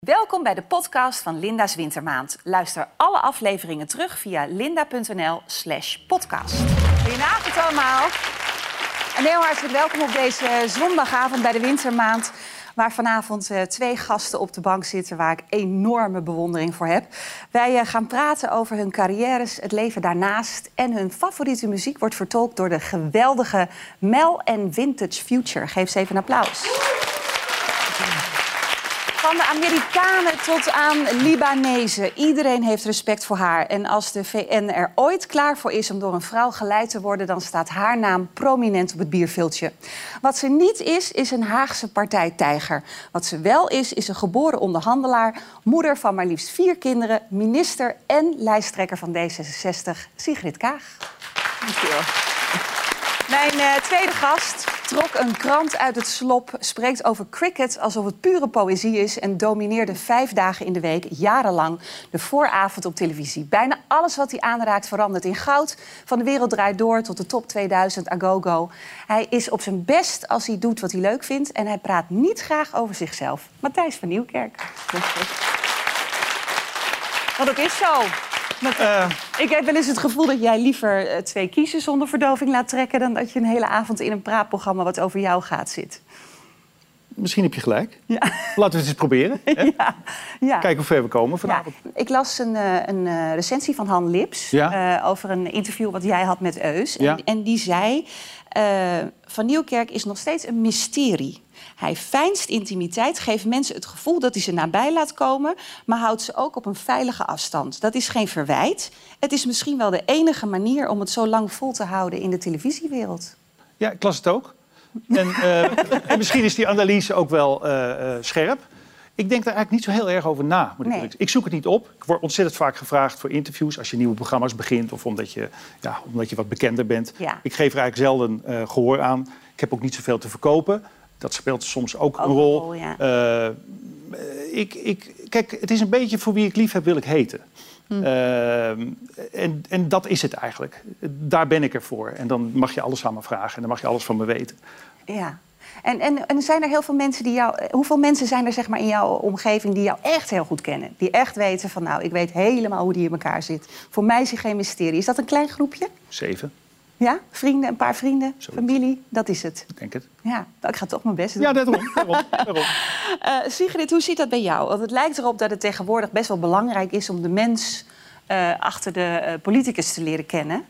Welkom bij de podcast van Linda's Wintermaand. Luister alle afleveringen terug via linda.nl/podcast. Goedenavond allemaal. En heel hartelijk welkom op deze zondagavond bij de Wintermaand, waar vanavond 2 gasten op de bank zitten waar ik enorme bewondering voor heb. Wij gaan praten over hun carrières, het leven daarnaast. En hun favoriete muziek wordt vertolkt door de geweldige Mel en Vintage Future. Geef ze even een applaus. Van de Amerikanen tot aan Libanezen. Iedereen heeft respect voor haar. En als de VN er ooit klaar voor is om door een vrouw geleid te worden, dan staat haar naam prominent op het bierviltje. Wat ze niet is een Haagse partijtijger. Wat ze wel is een geboren onderhandelaar, moeder van maar liefst 4 kinderen, minister en lijsttrekker van D66, Sigrid Kaag. Dankjewel. Mijn tweede gast trok een krant uit het slop, spreekt over cricket alsof het pure poëzie is en domineerde 5 dagen in de week, jarenlang, de vooravond op televisie. Bijna alles wat hij aanraakt verandert in goud. Van De Wereld Draait Door tot de Top 2000 Agogo. Hij is op zijn best als hij doet wat hij leuk vindt en hij praat niet graag over zichzelf. Matthijs van Nieuwkerk. Want dat is zo. Ik heb wel eens het gevoel dat jij liever 2 kiezers zonder verdoving laat trekken dan dat je een hele avond in een praatprogramma wat over jou gaat zit. Misschien heb je gelijk. Ja. Laten we het eens proberen. Hè? Ja. Kijken hoe ver we komen vanavond. Ja. Ik las een recensie van Han Lips over een interview wat jij had met Eus. Ja. En die zei, Van Nieuwkerk is nog steeds een mysterie. Hij veinst intimiteit, geeft mensen het gevoel dat hij ze nabij laat komen, maar houdt ze ook op een veilige afstand. Dat is geen verwijt. Het is misschien wel de enige manier om het zo lang vol te houden in de televisiewereld. Ja, ik las het ook. En misschien is die analyse ook wel scherp. Ik denk daar eigenlijk niet zo heel erg over na. Ik zoek het niet op. Ik word ontzettend vaak gevraagd voor interviews als je nieuwe programma's begint of omdat je wat bekender bent. Ja. Ik geef er eigenlijk zelden gehoor aan. Ik heb ook niet zoveel te verkopen. Dat speelt soms ook een rol. Ja. Kijk, het is een beetje voor wie ik lief heb, wil ik heten. En dat is het eigenlijk. Daar ben ik er voor. En dan mag je alles aan me vragen en dan mag je alles van me weten. Ja. En zijn er heel veel mensen die jou... Hoeveel mensen zijn er zeg maar in jouw omgeving die jou echt heel goed kennen? Die echt weten van, nou, ik weet helemaal hoe die in elkaar zit. Voor mij is hij geen mysterie. Is dat een klein groepje? 7. Ja? Vrienden, een paar vrienden, Zoiets. Familie, dat is het. Ik denk het. Ja, ik ga toch mijn best doen. Ja, daarom. Sigrid, hoe zit dat bij jou? Want het lijkt erop dat het tegenwoordig best wel belangrijk is om de mens achter de politicus te leren kennen.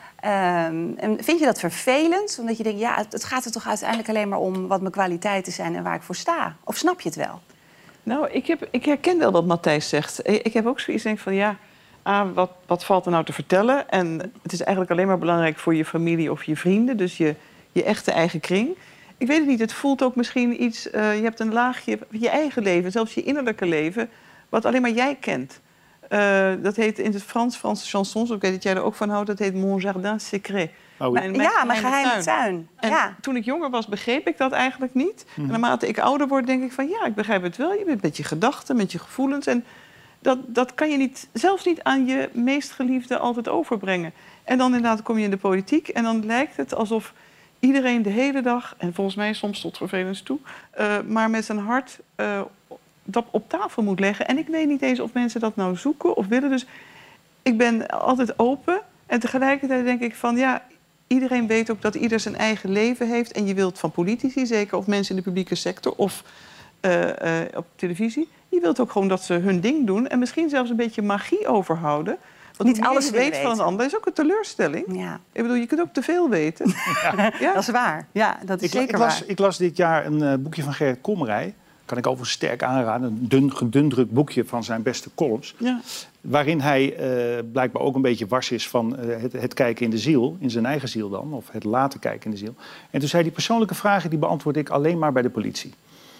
En vind je dat vervelend? Omdat je denkt, ja, het gaat er toch uiteindelijk alleen maar om wat mijn kwaliteiten zijn en waar ik voor sta. Of snap je het wel? Nou, ik herken wel wat Matthijs zegt. Ik heb ook zoiets denk van, ja, wat valt er nou te vertellen? En het is eigenlijk alleen maar belangrijk voor je familie of je vrienden. Dus je echte eigen kring. Ik weet het niet, het voelt ook misschien iets... je hebt een laagje, je eigen leven, zelfs je innerlijke leven, wat alleen maar jij kent. Dat heet in het Franse chansons, ik weet dat jij er ook van houdt, dat heet Mon Jardin Secret. Oh, mijn geheime tuin. En toen ik jonger was, begreep ik dat eigenlijk niet. En naarmate ik ouder word, denk ik van, ja, ik begrijp het wel. Je bent met je gedachten, met je gevoelens. En dat kan je niet, zelfs niet aan je meest geliefde altijd overbrengen. En dan inderdaad kom je in de politiek en dan lijkt het alsof iedereen de hele dag, en volgens mij soms tot vervelens toe, maar met zijn hart dat op tafel moet leggen. En ik weet niet eens of mensen dat nou zoeken of willen. Dus ik ben altijd open. En tegelijkertijd denk ik van, ja, iedereen weet ook dat ieder zijn eigen leven heeft. En je wilt van politici, zeker of mensen in de publieke sector of op televisie, je wilt ook gewoon dat ze hun ding doen. En misschien zelfs een beetje magie overhouden. Want niet alles weet van een ander is ook een teleurstelling. Ja. Ik bedoel, je kunt ook te veel weten. Ja. Dat is waar. Ja, dat is zeker waar. Ik las dit jaar een boekje van Gerrit Komrij. Kan ik overigens sterk aanraden. Een gedundrukt boekje van zijn beste columns. Ja. Waarin hij blijkbaar ook een beetje wars is van het kijken in de ziel. In zijn eigen ziel dan. Of het laten kijken in de ziel. En toen zei hij, persoonlijke vragen die beantwoord ik alleen maar bij de politie.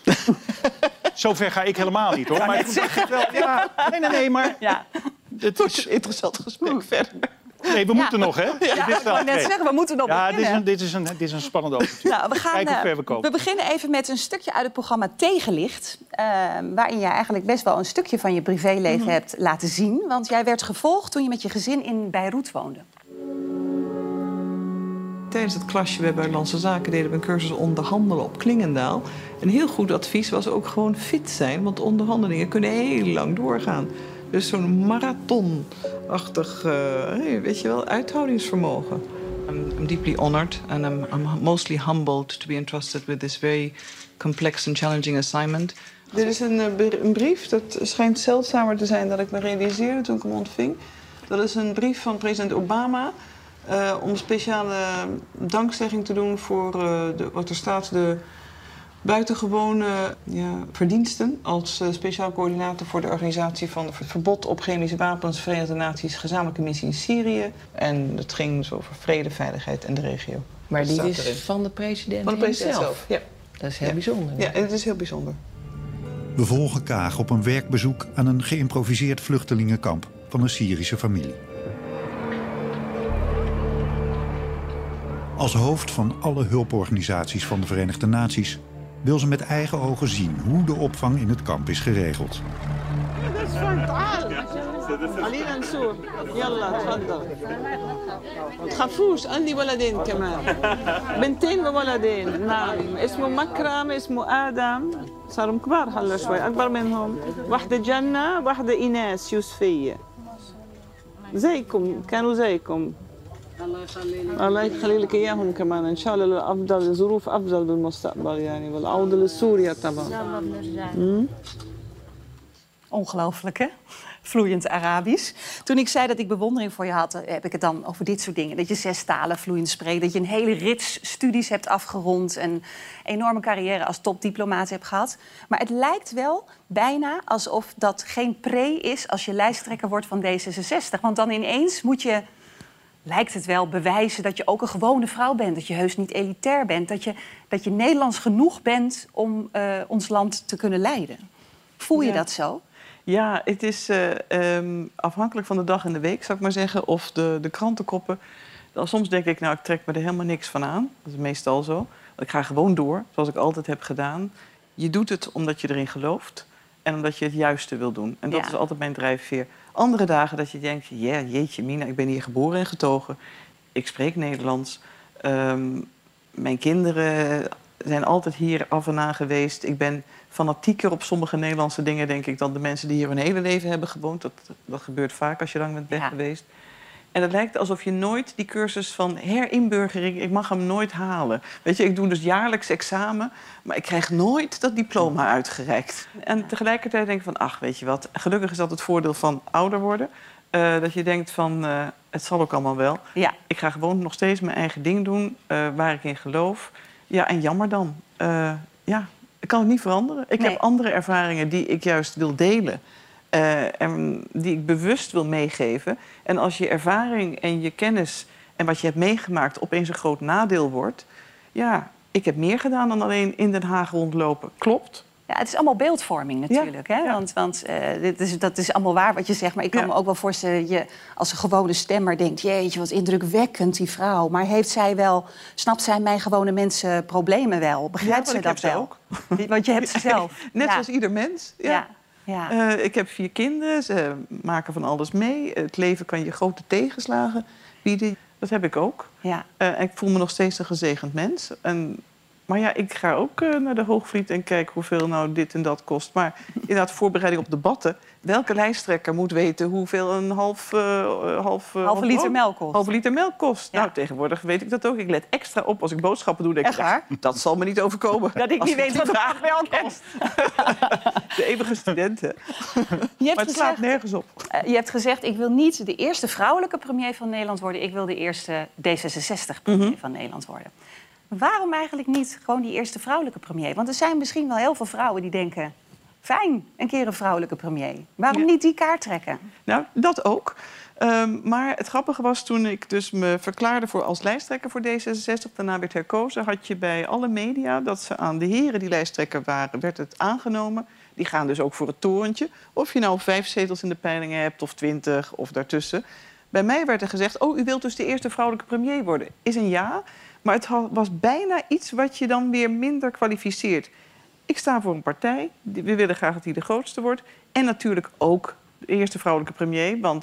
Zover ga ik helemaal niet, hoor. Maar ik dacht het wel. Ja, nee, maar... Ja. Het is een interessant gesprek verder. Nee, we moeten nog, hè? Ja, ik wou net zeggen, we moeten nog beginnen. Dit is een spannende overtuiging. Nou, Kijken hoe ver we komen. We beginnen even met een stukje uit het programma Tegenlicht. Waarin jij eigenlijk best wel een stukje van je privéleven hebt laten zien. Want jij werd gevolgd toen je met je gezin in Beirut woonde. Tijdens het klasje bij Buitenlandse Zaken deden we een cursus onderhandelen op Klingendaal. Een heel goed advies was ook gewoon fit zijn, want onderhandelingen kunnen heel lang doorgaan. Dus zo'n marathonachtig, weet je wel, uithoudingsvermogen. I'm deeply honored and I'm mostly humbled to be entrusted with this very complex and challenging assignment. Dit is een brief, dat schijnt zeldzamer te zijn dan ik me realiseerde toen ik hem ontving. Dat is een brief van president Obama om speciale dankzegging te doen voor wat er staat, de buitengewone verdiensten als speciaal coördinator voor de organisatie van het verbod op chemische wapens, Verenigde Naties gezamenlijke missie in Syrië. En het ging dus over vrede, veiligheid en de regio. Maar die is van de president Van de president zelf, ja. Dat is heel bijzonder. Ja, en het is heel bijzonder. We volgen Kaag op een werkbezoek aan een geïmproviseerd vluchtelingenkamp van een Syrische familie. Als hoofd van alle hulporganisaties van de Verenigde Naties wil ze met eigen ogen zien hoe de opvang in het kamp is geregeld. تخافوش عندي ولدين كمان بنتين وولدين نعم اسمه مكرم اسمه آدم صاروا كبار هلا شوي أكبر منهم واحدة جنة واحدة إيناس يوسفية زيكم كانوا زيكم الله يخلي لك إياهم كمان إن شاء الله لأفضل ظروف أفضل بالمستقبل يعني والعودة لسوريا طبعا Ongelooflijk, hè? Vloeiend Arabisch. Toen ik zei dat ik bewondering voor je had, heb ik het dan over dit soort dingen. Dat je 6 talen vloeiend spreekt, dat je een hele rits studies hebt afgerond en een enorme carrière als topdiplomaat hebt gehad. Maar het lijkt wel bijna alsof dat geen pre is als je lijsttrekker wordt van D66. Want dan ineens moet je, lijkt het wel, bewijzen dat je ook een gewone vrouw bent. Dat je heus niet elitair bent. Dat je Nederlands genoeg bent om ons land te kunnen leiden. Voel je dat zo? Ja, het is afhankelijk van de dag en de week, zou ik maar zeggen. Of de krantenkoppen. Dan soms denk ik, nou, ik trek me er helemaal niks van aan. Dat is meestal zo. Ik ga gewoon door, zoals ik altijd heb gedaan. Je doet het omdat je erin gelooft. En omdat je het juiste wil doen. En dat is altijd mijn drijfveer. Andere dagen dat je denkt, jeetje mina, ik ben hier geboren en getogen. Ik spreek Nederlands. Mijn kinderen zijn altijd hier af en aan geweest. Ik ben fanatieker op sommige Nederlandse dingen, denk ik, dan de mensen die hier hun hele leven hebben gewoond. Dat gebeurt vaak als je lang bent weg geweest. En het lijkt alsof je nooit die cursus van herinburgering, ik mag hem nooit halen. Weet je, ik doe dus jaarlijks examen, maar ik krijg nooit dat diploma uitgereikt. En tegelijkertijd denk ik van, ach, weet je wat, gelukkig is dat het voordeel van ouder worden. Dat je denkt van, het zal ook allemaal wel. Ja. Ik ga gewoon nog steeds mijn eigen ding doen, waar ik in geloof. Ja, en jammer dan. Ik kan het niet veranderen. Ik heb andere ervaringen die ik juist wil delen. En die ik bewust wil meegeven. En als je ervaring en je kennis en wat je hebt meegemaakt opeens een groot nadeel wordt. Ja, ik heb meer gedaan dan alleen in Den Haag rondlopen. Klopt. Ja, het is allemaal beeldvorming natuurlijk. Ja. Hè? Ja. Want dat is allemaal waar wat je zegt. Maar ik kan me ook wel voorstellen dat je als een gewone stemmer denkt, jeetje, wat indrukwekkend die vrouw. Maar snapt zij mijn gewone mensen problemen wel? Begrijpt ze dat wel? Ook. Want je hebt ze zelf. Net zoals ieder mens. Ja. Ja. Ik heb 4 kinderen, ze maken van alles mee. Het leven kan je grote tegenslagen bieden. Dat heb ik ook. Ja. En ik voel me nog steeds een gezegend mens. Maar ja, ik ga ook naar de Hoogvliet en kijk hoeveel nou dit en dat kost. Maar inderdaad, voorbereiding op debatten. Welke lijsttrekker moet weten hoeveel een halve liter melk kost? Halve liter melk kost. Ja. Nou, tegenwoordig weet ik dat ook. Ik let extra op als ik boodschappen doe. Denk ik, Echt waar? dat zal me niet overkomen. Dat ik niet weet wat de melk kost. De eeuwige studenten. Maar het slaat nergens op. Je hebt gezegd, ik wil niet de eerste vrouwelijke premier van Nederland worden. Ik wil de eerste D66-premier van Nederland worden. Waarom eigenlijk niet gewoon die eerste vrouwelijke premier? Want er zijn misschien wel heel veel vrouwen die denken, fijn, een keer een vrouwelijke premier. Waarom niet die kaart trekken? Nou, dat ook. Maar het grappige was, toen ik dus me verklaarde als lijsttrekker voor D66... daarna werd herkozen, had je bij alle media dat ze aan de heren die lijsttrekker waren, werd het aangenomen. Die gaan dus ook voor het torentje. Of je nou 5 zetels in de peilingen hebt, of 20, of daartussen. Bij mij werd er gezegd, u wilt dus de eerste vrouwelijke premier worden. Is een ja, maar het was bijna iets wat je dan weer minder kwalificeert. Ik sta voor een partij, we willen graag dat die de grootste wordt. En natuurlijk ook de eerste vrouwelijke premier, want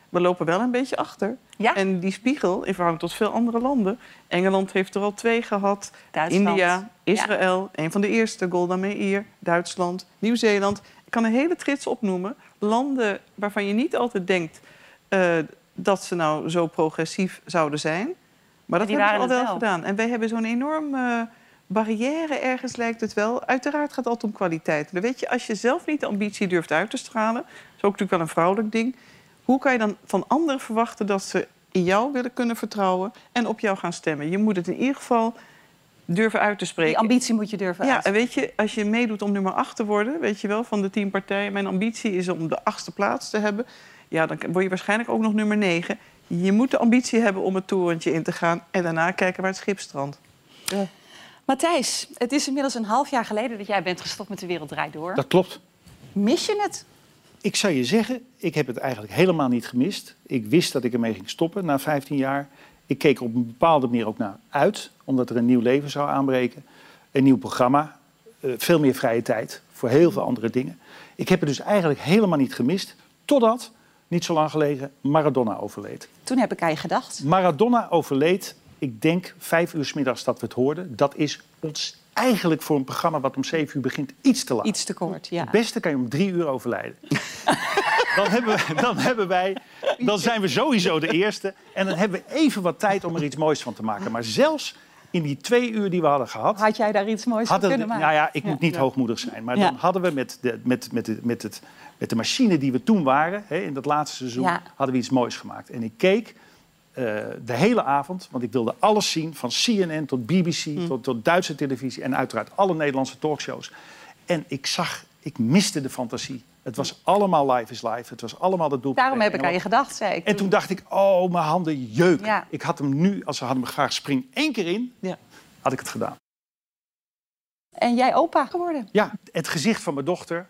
we lopen wel een beetje achter. Ja. En die spiegel, in verhouding tot veel andere landen... Engeland heeft er al 2 gehad. Duitsland. India, Israël, een van de eerste, Golda Meir, Duitsland, Nieuw-Zeeland. Ik kan een hele trits opnoemen. Landen waarvan je niet altijd denkt dat ze nou zo progressief zouden zijn. Maar dat hebben ze al wel gedaan. En wij hebben zo'n enorme barrière ergens, lijkt het wel. Uiteraard gaat het altijd om kwaliteit. Maar weet je, als je zelf niet de ambitie durft uit te stralen... dat is ook natuurlijk wel een vrouwelijk ding... hoe kan je dan van anderen verwachten dat ze in jou willen kunnen vertrouwen... en op jou gaan stemmen? Je moet het in ieder geval durven uit te spreken. Die ambitie moet je durven Ja, en weet je, als je meedoet om nummer 8 te worden... weet je wel, van de 10 partijen... mijn ambitie is om de 8e plaats te hebben... ja, dan word je waarschijnlijk ook nog nummer 9. Je moet de ambitie hebben om het torentje in te gaan... en daarna kijken waar het schip strandt. Ja. Matthijs, het is inmiddels een half jaar geleden dat jij bent gestopt met De Wereld Draait Door. Dat klopt. Mis je het? Ik zou je zeggen, ik heb het eigenlijk helemaal niet gemist. Ik wist dat ik ermee ging stoppen na 15 jaar. Ik keek er op een bepaalde manier ook naar uit, omdat er een nieuw leven zou aanbreken. Een nieuw programma, veel meer vrije tijd voor heel veel andere dingen. Ik heb het dus eigenlijk helemaal niet gemist, totdat, niet zo lang geleden, Maradona overleed. Toen heb ik aan je gedacht. Maradona overleed, ik denk 5 uur 's middags dat we het hoorden. Dat is ons eigenlijk voor een programma wat om 7 uur begint iets te laat. Iets te kort, ja. Het beste kan je om 3 uur overlijden. Dan zijn we sowieso de eerste. En dan hebben we even wat tijd om er iets moois van te maken. Maar zelfs in die 2 uur die we hadden gehad... Had jij daar iets moois van kunnen maken? Nou ja, ik moet niet hoogmoedig zijn. Maar dan hadden we met de machine die we toen waren... Hè, in dat laatste seizoen, hadden we iets moois gemaakt. En ik keek de hele avond, want ik wilde alles zien... van CNN tot BBC, tot Duitse televisie... en uiteraard alle Nederlandse talkshows. En ik miste de fantasie. Het was allemaal Live is Live. Het was allemaal dat doel. Daarom heb ik aan je gedacht, zei ik. En toen dacht ik, oh, mijn handen jeuken. Ja. Ik had hem nu, als ze hadden me graag spring 1 keer in... had ik het gedaan. En jij opa geworden? Ja, het gezicht van mijn dochter...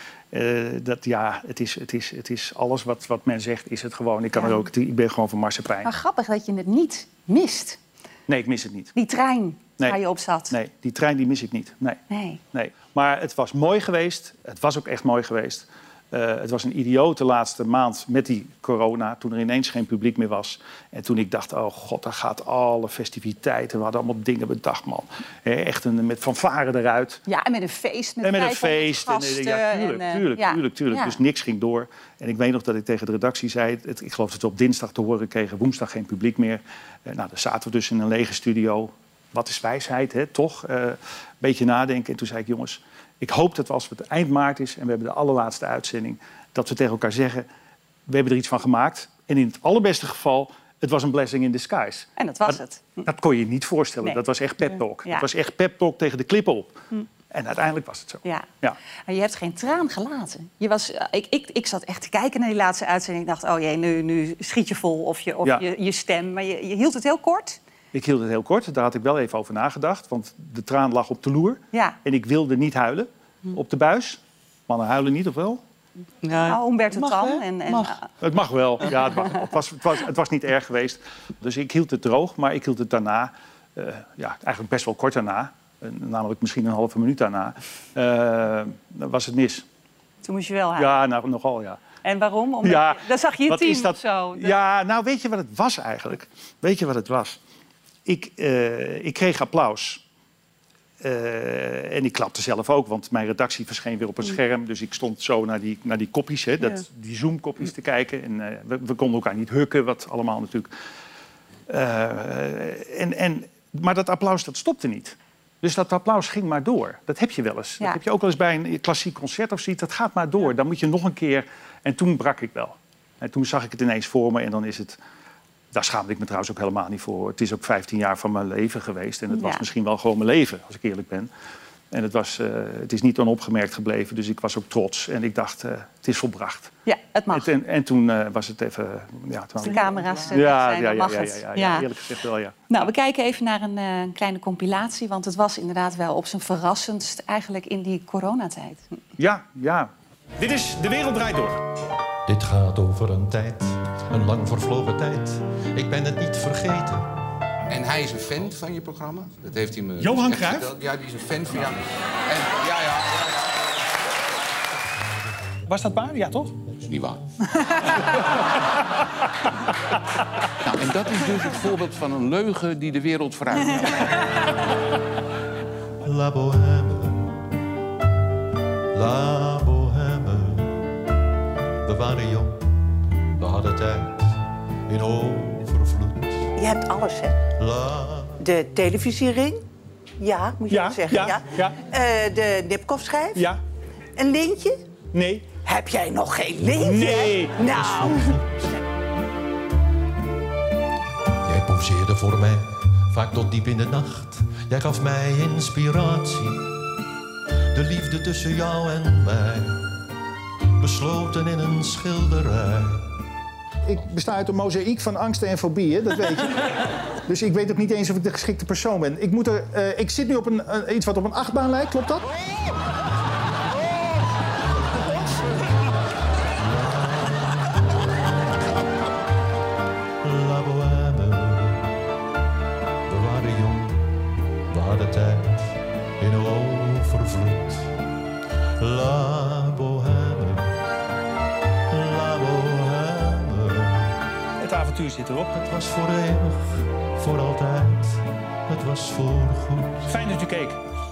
het is alles wat men zegt, is het gewoon. Ik ben gewoon van marsepein. Maar grappig dat je het niet mist. Nee, ik mis het niet. Die trein waar je op zat. Nee, die trein die mis ik niet. Nee. Maar het was mooi geweest. Het was ook echt mooi geweest. Het was een idiote laatste maand met die corona... toen er ineens geen publiek meer was. En toen ik dacht, oh god, daar gaat alle festiviteiten. We hadden allemaal dingen bedacht, man. Echt met fanfare eruit. Ja, en met een feest. Met een feest. Tuurlijk. Dus niks ging door. En ik weet nog dat ik tegen de redactie zei... ik geloof dat we op dinsdag te horen kregen... woensdag geen publiek meer. Dan zaten we dus in een lege studio. Wat is wijsheid, hè? Toch? Een beetje nadenken. En toen zei ik, jongens... Ik hoop dat als het eind maart is en we hebben de allerlaatste uitzending... dat we tegen elkaar zeggen, we hebben er iets van gemaakt. En in het allerbeste geval, het was een blessing in disguise. En dat was het. Dat kon je je niet voorstellen. Nee. Dat was echt pep talk. Ja. Dat was echt pep talk tegen de klippen op. En uiteindelijk was het zo. Ja. Ja. Maar je hebt geen traan gelaten. Ik zat echt te kijken naar die laatste uitzending. Ik dacht, oh jee, nu schiet je vol of je stem. Maar je hield het heel kort. Ik hield het heel kort. Daar had ik wel even over nagedacht. Want de traan lag op de loer. Ja. En ik wilde niet huilen op de buis. Mannen huilen niet, of wel? Ja, Nou, Humberto Tan. Het mag wel. Ja, het mag. Het was niet erg geweest. Dus ik hield het droog. Maar ik hield het daarna, eigenlijk best wel kort daarna... namelijk misschien een halve minuut daarna... dan was het mis. Toen moest je wel huilen. Ja, nou, nogal, ja. En waarom? Dan zag je je team of zo. Ja, nou, weet je wat het was eigenlijk? Weet je wat het was? Ik kreeg applaus. En ik klapte zelf ook, want mijn redactie verscheen weer op een scherm. Dus ik stond zo naar die kopjes, die Zoom-kopjes te kijken. En we konden elkaar niet hukken, wat allemaal natuurlijk. Maar dat applaus, dat stopte niet. Dus dat applaus ging maar door. Dat heb je wel eens. Ja. Dat heb je ook wel eens bij een klassiek concert of zoiets. Dat gaat maar door. Ja. Dan moet je nog een keer... En toen brak ik wel. En toen zag ik het ineens voor me en dan is het... Daar schaamde ik me trouwens ook helemaal niet voor. Het is ook 15 jaar van mijn leven geweest. En het was misschien wel gewoon mijn leven, als ik eerlijk ben. En het is niet onopgemerkt gebleven. Dus ik was ook trots. En ik dacht, het is volbracht. Ja, het mag. En toen was het even... De camera's zijn, dan mag het. Ja, eerlijk gezegd wel, ja. Nou, we kijken even naar een kleine compilatie. Want het was inderdaad wel op zijn verrassendst eigenlijk in die coronatijd. Ja. Dit is De Wereld Draait Door. Dit gaat over een tijd, een lang vervlogen tijd. Ik ben het niet vergeten. En hij is een fan van je programma. Dat heeft hij me Johan echt Cruijff? verteld. Ja, die is een fan van jou. En ja. Was dat waar? Ja, toch? is niet waar. Nou, en dat is dus het voorbeeld van een leugen die de wereld vooruit helpt. La bohème, la bohème. We waren jong, we hadden tijd in overvloed. Je hebt alles, hè? De televisiering. Ja, moet je wel zeggen. Ja. De Nipkoff-schijf. Ja. Een lintje. Nee. Heb jij nog geen lintje? Nee. Nou. Jij poseerde voor mij, vaak tot diep in de nacht. Jij gaf mij inspiratie. De liefde tussen jou en mij, besloten in een schilderij. Ik besta uit een mozaïek van angsten en fobieën, dat weet je. Dus ik weet ook niet eens of ik de geschikte persoon ben. Ik zit nu op iets wat op een achtbaan lijkt, klopt dat? La bohème, we waren jong, we hadden tijd in overvloed. La bohème, la bohème. Het avontuur zit erop. Het was voor eeuwig, voor altijd, het was voor goed. Fijn dat u keek.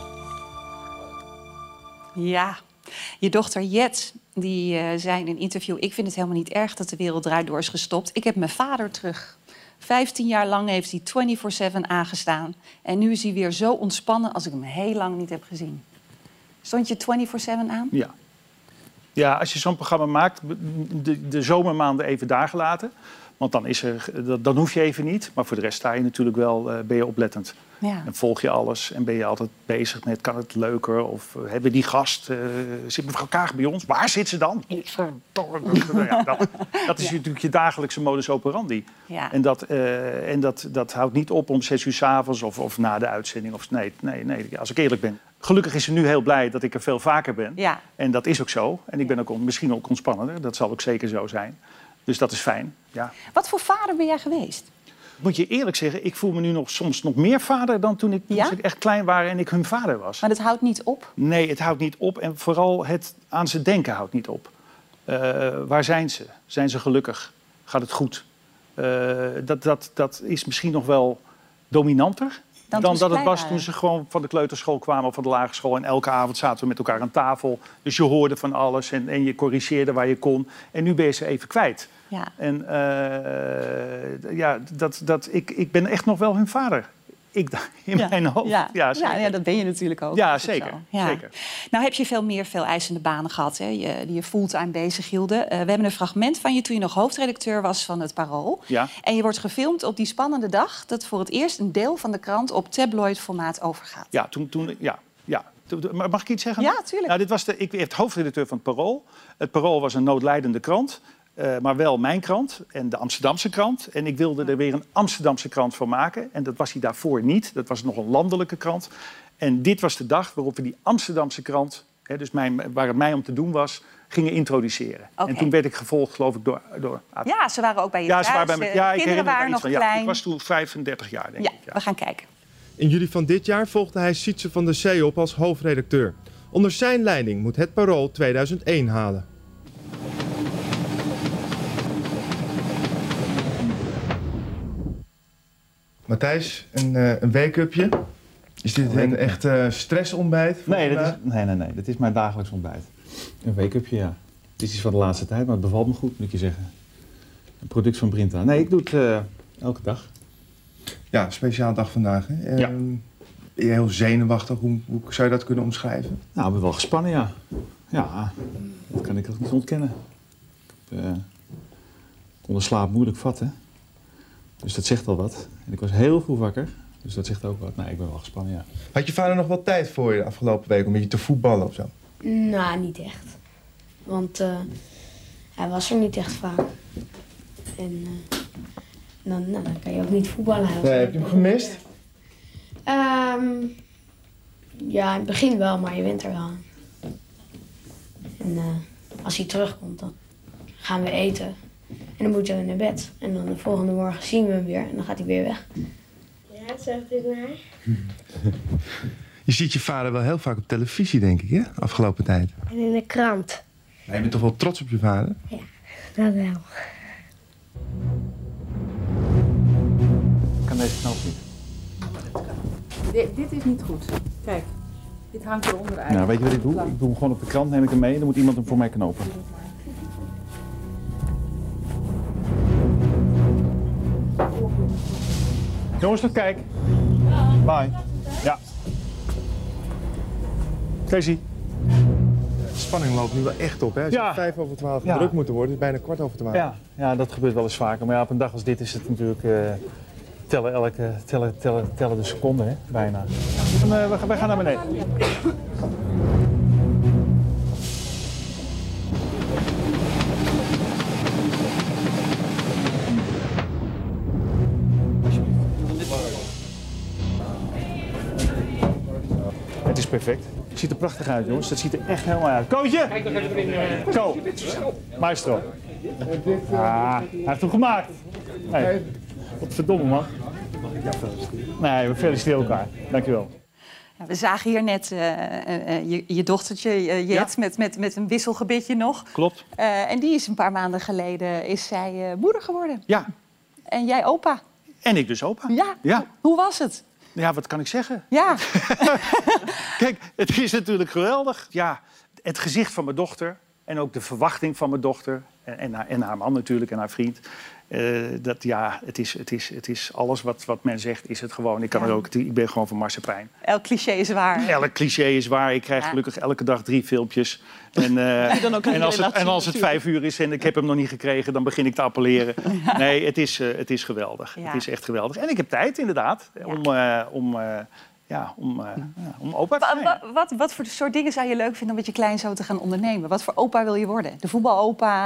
Ja, je dochter Jet, die zei in een interview... ik vind het helemaal niet erg dat de wereld draait door is gestopt. Ik heb mijn vader terug. 15 jaar lang heeft hij 24/7 aangestaan. En nu is hij weer zo ontspannen als ik hem heel lang niet heb gezien. Stond je 24/7 aan? Ja. Ja, als je zo'n programma maakt, de zomermaanden even daar gelaten. Want dan hoef je even niet. Maar voor de rest sta je natuurlijk wel, ben je oplettend. Ja. En volg je alles en ben je altijd bezig met, kan het leuker? Of hebben we die gast, zit mevrouw Kaag bij ons? Waar zit ze dan? Ja, dat is natuurlijk je dagelijkse modus operandi. Ja. En dat houdt niet op om 6 uur 's avonds of na de uitzending. Nee, als ik eerlijk ben. Gelukkig is ze nu heel blij dat ik er veel vaker ben. Ja. En dat is ook zo. En ik ben ook misschien ook ontspannender. Dat zal ook zeker zo zijn. Dus dat is fijn, ja. Wat voor vader ben jij geweest? Moet je eerlijk zeggen, ik voel me nu soms nog meer vader dan toen ik echt klein was en ik hun vader was. Maar dat houdt niet op? Nee, het houdt niet op. En vooral het aan ze denken houdt niet op. Waar zijn ze? Zijn ze gelukkig? Gaat het goed? Dat is misschien nog wel dominanter dan dat het was toen ze gewoon van de kleuterschool kwamen of van de lagere school. En elke avond zaten we met elkaar aan tafel. Dus je hoorde van alles en je corrigeerde waar je kon. En nu ben je ze even kwijt. Ja. En ik ben echt nog wel hun vader. Mijn hoofd. Ja, zeker. Ja, dat ben je natuurlijk ook. Ja, zeker. Ja. Zeker. Nou heb je veel eisende banen gehad, hè, die je fulltime bezig hielden. We hebben een fragment van je toen je nog hoofdredacteur was van het Parool. Ja. En je wordt gefilmd op die spannende dag dat voor het eerst een deel van de krant op tabloid formaat overgaat. Ja, toen. Mag ik iets zeggen? Ja, tuurlijk. Nou, ik werd hoofdredacteur van het Parool. Het Parool was een noodlijdende krant. Maar wel mijn krant en de Amsterdamse krant. En ik wilde er weer een Amsterdamse krant van maken. En dat was hij daarvoor niet. Dat was nog een landelijke krant. En dit was de dag waarop we die Amsterdamse krant... dus waar het mij om te doen was, gingen introduceren. Okay. En toen werd ik gevolgd, geloof ik, door Ja, ze waren ook bij je thuis. Ze waren bij me. Ja, ik kinderen waren nog klein. Ja, ik was toen 35 jaar, denk ik. Ja, we gaan kijken. In juli van dit jaar volgde hij Sietse van der Zee op als hoofdredacteur. Onder zijn leiding moet het Parool 2001 halen. Matthijs, een wake-upje. Is dit een echt stressontbijt? Nee, dit is mijn dagelijks ontbijt. Een wake-upje, ja. Het is iets van de laatste tijd, maar het bevalt me goed, moet ik je zeggen. Een product van Brinta. Nee, ik doe het elke dag. Ja, speciaal dag vandaag. Hè? Ja. Ben je heel zenuwachtig? Hoe zou je dat kunnen omschrijven? Nou, ik ben wel gespannen, ja. Ja, dat kan ik ook niet ontkennen. Ik kon de slaap moeilijk vatten. Dus dat zegt al wat. En ik was heel vroeg wakker, dus dat zegt ook wat. Nee, ik ben wel gespannen, ja. Had je vader nog wel tijd voor je de afgelopen week om met je te voetballen of zo? Nou, niet echt. Want hij was er niet echt vaak. En dan kan je ook niet voetballen. Nee, heb je hem gemist? Ja, in het begin wel, maar je went er wel aan. En als hij terugkomt, dan gaan we eten. En dan moeten we naar bed. En dan de volgende morgen zien we hem weer en dan gaat hij weer weg. Ja, zegt dit mij. Je ziet je vader wel heel vaak op televisie, denk ik, hè? Afgelopen tijd. En in de krant. Je bent toch wel trots op je vader? Ja, dat wel. Ik kan deze knop niet. Dit is niet goed. Kijk, dit hangt eronder uit. Nou, weet je wat ik doe? Ik doe hem gewoon op de krant, neem ik hem mee en dan moet iemand hem voor mij knopen. Jongens, nog kijk. Bye. Ja. Casey. De spanning loopt nu wel echt op, hè? Als je 5 over 12 gedrukt moet worden, is het bijna 12:15. Ja, dat gebeurt wel eens vaker. Maar ja, op een dag als dit is het natuurlijk tellen de seconden, hè? Bijna. Wij gaan naar beneden. Het is perfect. Het ziet er prachtig uit, jongens. Het ziet er echt helemaal uit. Kootje! Kijk nog even in. Ko! Maestro. Ah, hij heeft hem gemaakt. Hey. Wat verdomme, man. Nee, we feliciteren elkaar. Dankjewel. Ja, we zagen hier net je dochtertje, Jet, met een wisselgebedje nog. Klopt. En die is een paar maanden geleden is zij moeder geworden. Ja. En jij opa. En ik dus opa. Ja. Hoe was het? Ja, wat kan ik zeggen? Ja. Kijk, het is natuurlijk geweldig. Ja, het gezicht van mijn dochter en ook de verwachting van mijn dochter en haar man natuurlijk en haar vriend. Het is alles wat men zegt, is het gewoon. Ik ben gewoon van marsepein. Elk cliché is waar. Elk cliché is waar. Ik krijg gelukkig elke dag 3 filmpjes. En als het 5 uur is en ik heb hem nog niet gekregen, dan begin ik te appelleren. Ja. Nee, het is geweldig. Ja. Het is echt geweldig. En ik heb tijd inderdaad om opa te zijn. Wat voor soort dingen zou je leuk vinden om met je kleinzoon te gaan ondernemen? Wat voor opa wil je worden? De voetbalopa?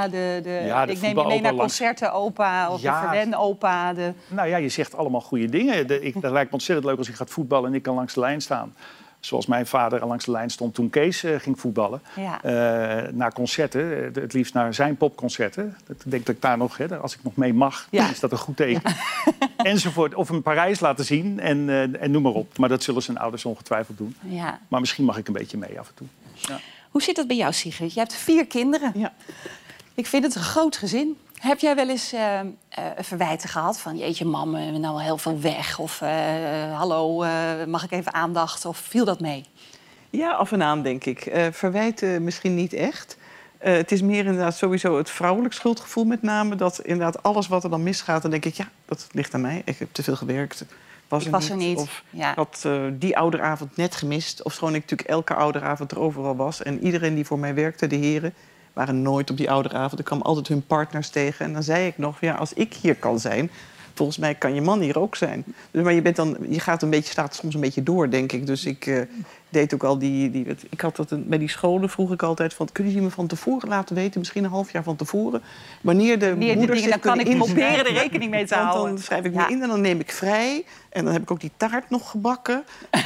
Ik neem je mee naar concerten opa? Of de verwen-opa? Nou ja, je zegt allemaal goede dingen. Dat lijkt me ontzettend leuk als ik ga voetballen en ik kan langs de lijn staan. Zoals mijn vader langs de lijn stond toen Kees ging voetballen. Ja. Naar concerten, het liefst naar zijn popconcerten. Ik denk dat ik daar nog, als ik nog mee mag, dan is dat een goed teken. Ja. Enzovoort. Of een Parijs laten zien en noem maar op. Maar dat zullen zijn ouders ongetwijfeld doen. Ja. Maar misschien mag ik een beetje mee af en toe. Ja. Hoe zit dat bij jou, Sigrid? Je hebt 4 kinderen. Ja. Ik vind het een groot gezin. Heb jij wel eens verwijten gehad van... jeetje, mam, we hebben nou al heel veel weg. Of hallo, mag ik even aandacht? Of viel dat mee? Ja, af en aan, denk ik. Verwijten misschien niet echt. Het is meer inderdaad sowieso het vrouwelijk schuldgevoel met name. Dat inderdaad alles wat er dan misgaat, dan denk ik... ja, dat ligt aan mij. Ik heb te veel gewerkt. Ik was er niet. Of had die ouderavond net gemist. Of schoon ik natuurlijk elke ouderavond er overal was. En iedereen die voor mij werkte, de heren... waren nooit op die ouderavond. Ik kwam altijd hun partners tegen. En dan zei ik nog, ja, als ik hier kan zijn... volgens mij kan je man hier ook zijn. Dus, maar je gaat staat soms een beetje door, denk ik. Dus ik deed ook al ik had dat bij die scholen vroeg ik altijd van... kunnen jullie me van tevoren laten weten, misschien een half jaar van tevoren... wanneer de moeders dan kan ik proberen er rekening mee te houden. Dan schrijf ik me in en dan neem ik vrij. En dan heb ik ook die taart nog gebakken.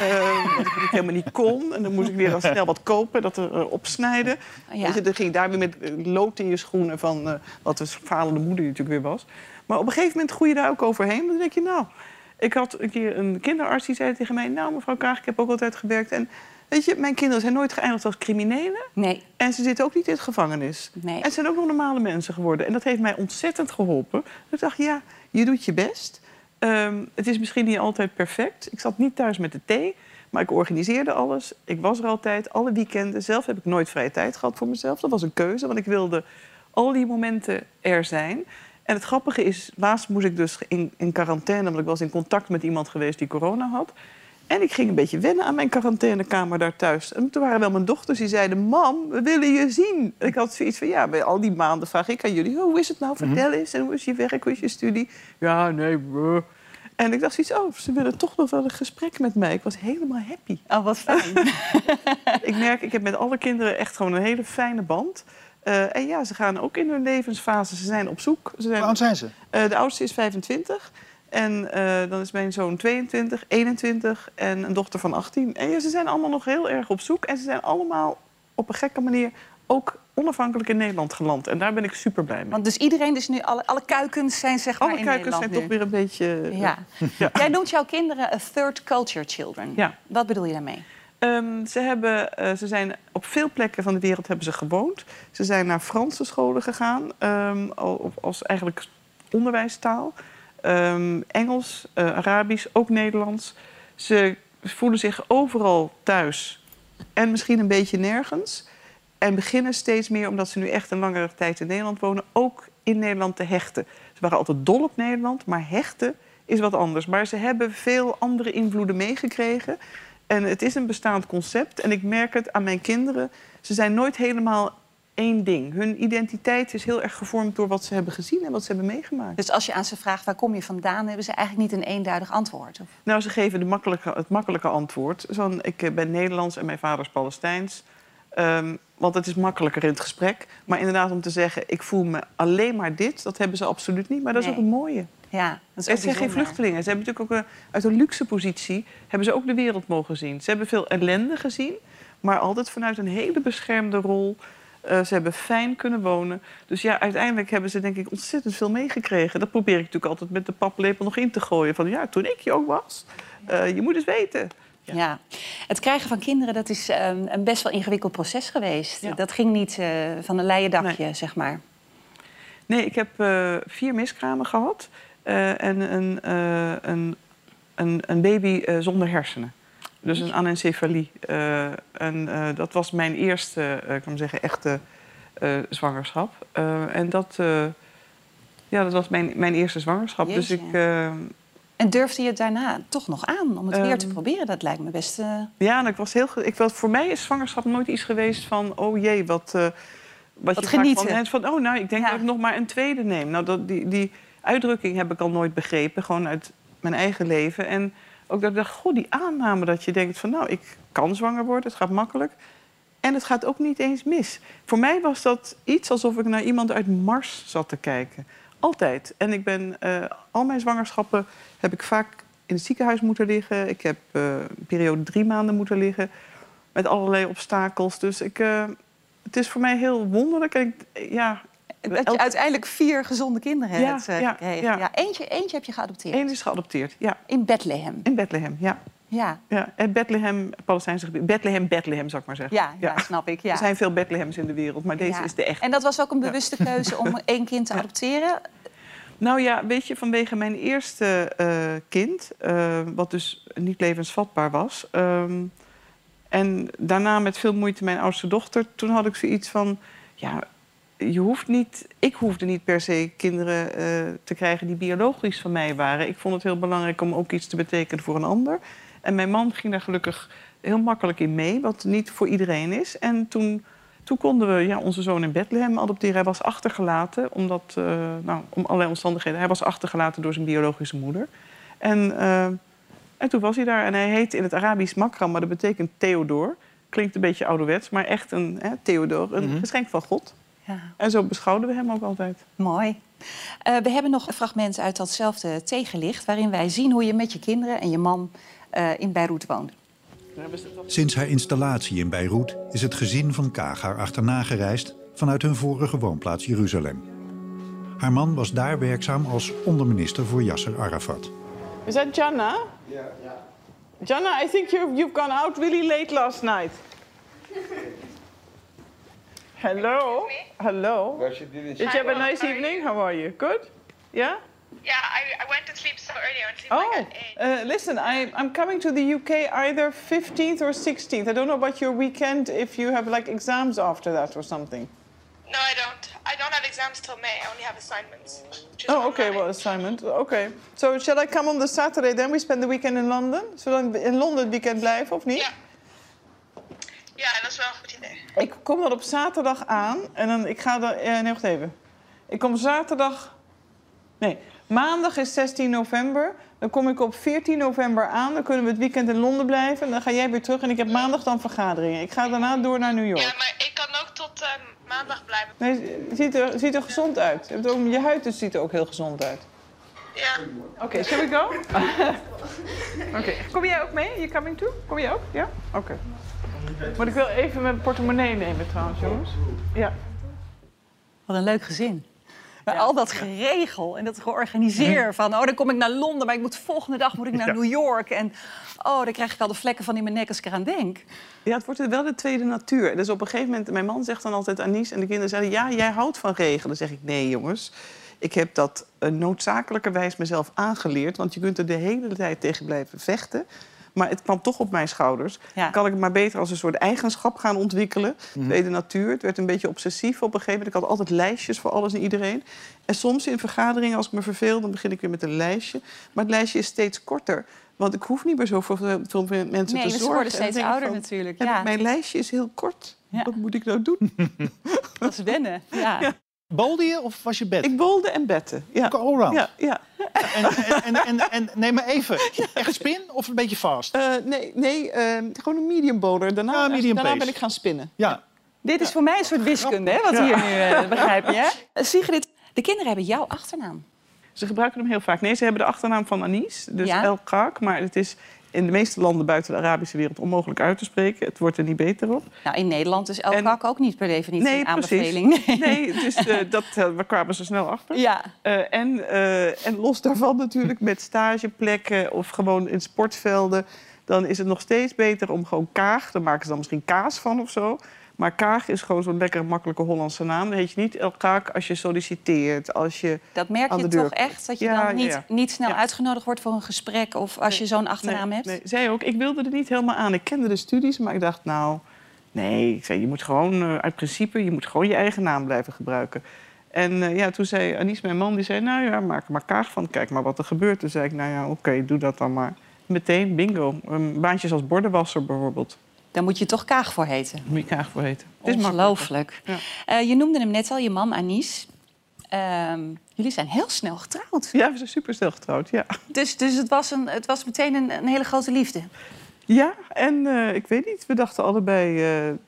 Wat ik helemaal niet kon. En dan moest ik weer dan snel wat kopen, dat opsnijden. Ja. Dus dan ging ik daar weer met lood in je schoenen... van wat de falende moeder natuurlijk weer was. Maar op een gegeven moment groei je daar ook overheen. Dan denk je, nou... Ik had een keer een kinderarts die zei tegen mij... nou, mevrouw Kaag, ik heb ook altijd gewerkt. En weet je, mijn kinderen zijn nooit geëindigd als criminelen. Nee. En ze zitten ook niet in de gevangenis. Nee. En ze zijn ook nog normale mensen geworden. En dat heeft mij ontzettend geholpen. Dus ik dacht, ja, je doet je best. Het is misschien niet altijd perfect. Ik zat niet thuis met de thee, maar ik organiseerde alles. Ik was er altijd, alle weekenden. Zelf heb ik nooit vrije tijd gehad voor mezelf. Dat was een keuze, want ik wilde al die momenten er zijn... En het grappige is, laatst moest ik dus in quarantaine... want ik was in contact met iemand geweest die corona had. En ik ging een beetje wennen aan mijn quarantainekamer daar thuis. En toen waren wel mijn dochters die zeiden... Mam, we willen je zien. En ik had zoiets van, ja, bij al die maanden vraag ik aan jullie... hoe is het nou, vertel eens. En hoe is je werk, hoe is je studie? Ja, nee, bruh. En ik dacht zoiets, ze willen toch nog wel een gesprek met mij. Ik was helemaal happy. Oh, wat fijn. Ik heb met alle kinderen echt gewoon een hele fijne band... en ja, ze gaan ook in hun levensfase. Ze zijn op zoek. Hoe oud zijn ze? De oudste is 25. En dan is mijn zoon 22, 21 en een dochter van 18. En ja, ze zijn allemaal nog heel erg op zoek. En ze zijn allemaal op een gekke manier ook onafhankelijk in Nederland geland. En daar ben ik super blij mee. Want dus iedereen, dus nu alle kuikens zijn zeg maar in Nederland. Alle kuikens zijn toch weer een beetje... Ja. Jij noemt jouw kinderen third culture children. Ja. Wat bedoel je daarmee? Ze zijn op veel plekken van de wereld hebben ze gewoond. Ze zijn naar Franse scholen gegaan, als eigenlijk onderwijstaal. Engels, Arabisch, ook Nederlands. Ze voelen zich overal thuis en misschien een beetje nergens. En beginnen steeds meer, omdat ze nu echt een langere tijd in Nederland wonen, ook in Nederland te hechten. Ze waren altijd dol op Nederland, maar hechten is wat anders. Maar ze hebben veel andere invloeden meegekregen. En het is een bestaand concept. En ik merk het aan mijn kinderen. Ze zijn nooit helemaal één ding. Hun identiteit is heel erg gevormd door wat ze hebben gezien en wat ze hebben meegemaakt. Dus als je aan ze vraagt waar kom je vandaan, hebben ze eigenlijk niet een eenduidig antwoord? Of? Nou, ze geven het makkelijke antwoord. Ik ben Nederlands en mijn vader is Palestijns. Want het is makkelijker in het gesprek. Maar inderdaad om te zeggen, ik voel me alleen maar dit, dat hebben ze absoluut niet. Maar dat is ook een mooie. Ja, dat is het zijn geen vluchtelingen. Ze hebben natuurlijk ook uit een luxe positie hebben ze ook de wereld mogen zien. Ze hebben veel ellende gezien, maar altijd vanuit een hele beschermde rol. Ze hebben fijn kunnen wonen. Dus ja, uiteindelijk hebben ze denk ik ontzettend veel meegekregen. Dat probeer ik natuurlijk altijd met de paplepel nog in te gooien. Van ja, toen ik jong was, je moet eens weten. Ja, het krijgen van kinderen, dat is een best wel ingewikkeld proces geweest. Ja. Dat ging niet van een leien dakje, zeg maar. Nee, ik heb 4 miskramen gehad. En een baby zonder hersenen. Dus een anencefalie. Dat was mijn eerste, ik kan zeggen, echte zwangerschap. En dat was mijn eerste zwangerschap. Jeetje. Dus en durfde je het daarna toch nog aan om het weer te proberen? Dat lijkt me best... Ja, voor mij is zwangerschap nooit iets geweest van... oh jee, wat je genieten. Van, ik denk dat ik nog maar een tweede neem. Nou, die uitdrukking heb ik al nooit begrepen. Gewoon uit mijn eigen leven. En ook dat ik dacht, die aanname dat je denkt van... ik kan zwanger worden, het gaat makkelijk. En het gaat ook niet eens mis. Voor mij was dat iets alsof ik naar iemand uit Mars zat te kijken. Altijd. En ik ben al mijn zwangerschappen heb ik vaak in het ziekenhuis moeten liggen. Ik heb een periode 3 maanden moeten liggen. Met allerlei obstakels. Dus het is voor mij heel wonderlijk. En dat je uiteindelijk 4 gezonde kinderen hebt gekregen. Ja. Eentje heb je geadopteerd. Eén is geadopteerd, ja. In Bethlehem. In Bethlehem, ja. Ja. En Bethlehem, Palestijnse gebied. Bethlehem, zou ik maar zeggen. Ja, snap ik. Ja. Er zijn veel Bethlehems in de wereld, maar deze is de echte. En dat was ook een bewuste keuze om 1 kind te adopteren? Nou ja, weet je, vanwege mijn eerste kind, wat dus niet levensvatbaar was... en daarna met veel moeite mijn oudste dochter... toen had ik zoiets van... ik hoefde niet per se kinderen te krijgen die biologisch van mij waren. Ik vond het heel belangrijk om ook iets te betekenen voor een ander. En mijn man ging daar gelukkig heel makkelijk in mee, wat niet voor iedereen is. En toen konden we onze zoon in Bethlehem adopteren. Hij was achtergelaten, om allerlei omstandigheden. Hij was achtergelaten door zijn biologische moeder. En toen was hij daar. En hij heette in het Arabisch Makram, maar dat betekent Theodor. Klinkt een beetje ouderwets, maar echt een Theodor, een geschenk van God. Ja. En zo beschouwden we hem ook altijd. Mooi. We hebben nog een fragment uit datzelfde tegenlicht... waarin wij zien hoe je met je kinderen en je man in Beirut woonde. Sinds haar installatie in Beirut is het gezin van Kaag haar achterna gereisd... vanuit hun vorige woonplaats Jeruzalem. Haar man was daar werkzaam als onderminister voor Yasser Arafat. Is that Jana? Yeah. Jana, I think you've gone out really late last night. Hello. Hello. Did you have a nice evening? How are you? Good? Yeah? Yeah, I went to sleep so early. I went to sleep like at 8. Listen, I'm coming to the UK either 15th or 16th. I don't know about your weekend, if you have like exams after that or something. No, I don't. I don't have exams till May. I only have assignments. Oh, okay, well, assignment. Okay. So shall I come on the Saturday then? We spend the weekend in London. Zullen we in Londen het weekend blijven, of niet? Ja. Ja, dat is wel een goed idee. Ik kom dan op zaterdag aan en dan ik ga dan... nee, wacht even. Ik kom zaterdag... Nee, maandag is 16 november. Dan kom ik op 14 november aan. Dan kunnen we het weekend in Londen blijven. En dan ga jij weer terug en ik heb maandag dan vergaderingen. Ik ga daarna door naar New York. Ja, maar ik kan ook tot maandag blijven. Nee, ziet er gezond uit. Je huid ziet er ook heel gezond uit. Ja. Oké, shall we go? Oké. Kom jij ook mee? You coming too? Kom jij ook? Ja? Oké. Moet ik wel even mijn portemonnee nemen trouwens, jongens? Ja. Wat een leuk gezin. Maar al dat geregel en dat georganiseer van... dan kom ik naar Londen, maar volgende dag moet ik naar New York. En dan krijg ik al de vlekken van in mijn nek als ik eraan denk. Ja, het wordt wel de tweede natuur. Dus op een gegeven moment, mijn man zegt dan altijd Anies... en de kinderen zeiden, ja, jij houdt van regelen. Dan zeg ik, nee jongens, ik heb dat noodzakelijkerwijs mezelf aangeleerd... want je kunt er de hele tijd tegen blijven vechten... Maar het kwam toch op mijn schouders. Ja. Dan kan ik het maar beter als een soort eigenschap gaan ontwikkelen. Tweede natuur. Het werd een beetje obsessief op een gegeven moment. Ik had altijd lijstjes voor alles en iedereen. En soms in vergaderingen, als ik me verveel... dan begin ik weer met een lijstje. Maar het lijstje is steeds korter. Want ik hoef niet meer zo voor veel mensen te zorgen. Nee, ze worden steeds ouder natuurlijk. Ja. Mijn lijstje is heel kort. Ja. Wat moet ik nou doen? Dat is wennen, ja. Bolde je of was je bed? Ik bolde en bette. Ja. Allround? Ja. En neem maar even. Echt spin of een beetje fast? Nee, gewoon een medium bowler. Daarna ben ik gaan spinnen. Ja. Dit is voor mij een soort wiskunde, hè, wat hier nu begrijp je. Sigrid, de kinderen hebben jouw achternaam. Ze gebruiken hem heel vaak. Nee, ze hebben de achternaam van Anies, dus El Kaak. Maar het is in de meeste landen buiten de Arabische wereld onmogelijk uit te spreken. Het wordt er niet beter op. Nou, in Nederland is El Kaak ook niet per definitie een aanbeveling. Nee, dus we kwamen zo snel achter. Ja. En los daarvan natuurlijk met stageplekken of gewoon in sportvelden... dan is het nog steeds beter om gewoon Kaag... daar maken ze dan misschien kaas van of zo... Maar Kaag is gewoon zo'n lekker makkelijke Hollandse naam. Dan heet je niet El Kaak als je solliciteert, als je dat merk je toch echt? Dat je dan niet snel uitgenodigd wordt voor een gesprek... of als je zo'n achternaam hebt? Nee, zij ook. Ik wilde er niet helemaal aan. Ik kende de studies, maar ik dacht, nee. Ik zei, je moet gewoon uit principe... je moet gewoon je eigen naam blijven gebruiken. En toen zei Anies, mijn man, die zei... maak er maar Kaag van. Kijk maar wat er gebeurt. Toen zei ik, oké, doe dat dan maar. Meteen, bingo. Baantjes als bordenwasser bijvoorbeeld. Dan moet je toch Kaag voor heten. Moet je Kaag voor heten. Het is ongelooflijk. Ja. Je noemde hem net al, je man Anies. Jullie zijn heel snel getrouwd. Ja, we zijn super snel getrouwd, ja. Dus het was meteen een hele grote liefde? Ja, en ik weet niet. We dachten allebei,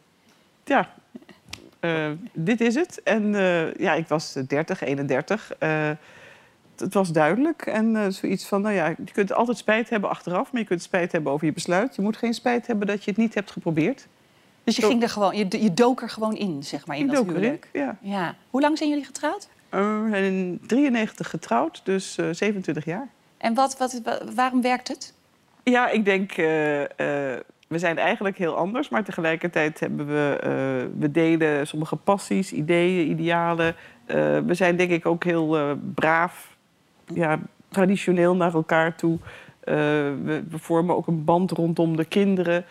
dit is het. En ik was 31. Het was duidelijk en zoiets van, je kunt altijd spijt hebben achteraf... maar je kunt spijt hebben over je besluit. Je moet geen spijt hebben dat je het niet hebt geprobeerd. Dus je ging er gewoon, je dook er gewoon in, zeg maar, in dat huwelijk? Ja. Hoe lang zijn jullie getrouwd? We zijn in 93 getrouwd, dus 27 jaar. En waarom werkt het? Ja, ik denk, we zijn eigenlijk heel anders... maar tegelijkertijd hebben we delen sommige passies, ideeën, idealen. We zijn denk ik ook heel braaf... traditioneel naar elkaar toe. We vormen ook een band rondom de kinderen.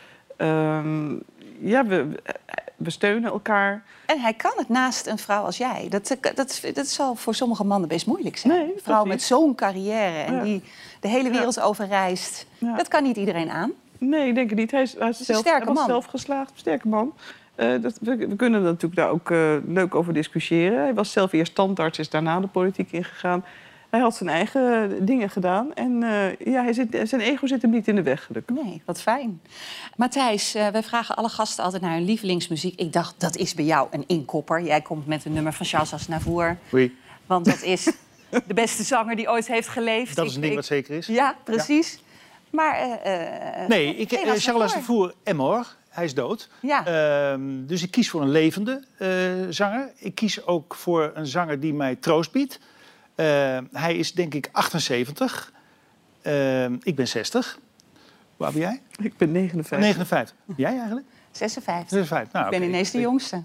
We steunen elkaar. En hij kan het naast een vrouw als jij. Dat zal voor sommige mannen best moeilijk zijn. Nee, een vrouw met zo'n carrière en die de hele wereld overreist. Ja. Dat kan niet iedereen aan. Nee, ik denk het niet. Hij was zelf geslaagd. Sterke man. We kunnen er natuurlijk daar ook leuk over discussiëren. Hij was zelf eerst tandarts, is daarna de politiek ingegaan. Hij had zijn eigen dingen gedaan. En zijn ego zit hem niet in de weg, gelukkig. Nee, wat fijn. Matthijs, wij vragen alle gasten altijd naar hun lievelingsmuziek. Ik dacht, dat is bij jou een inkopper. Jij komt met een nummer van Charles Aznavour. Oui. Want dat is de beste zanger die ooit heeft geleefd. Dat is een ding wat zeker is. Ja, precies. Ja. Maar... Charles Aznavour est mort. Hij is dood. Ja. Dus ik kies voor een levende zanger. Ik kies ook voor een zanger die mij troost biedt. Hij is denk ik 78. Ik ben 60. Hoe oud ben jij? Ik ben 59. 59. Jij eigenlijk? 56. 56. Nou, ik ben ineens de jongste.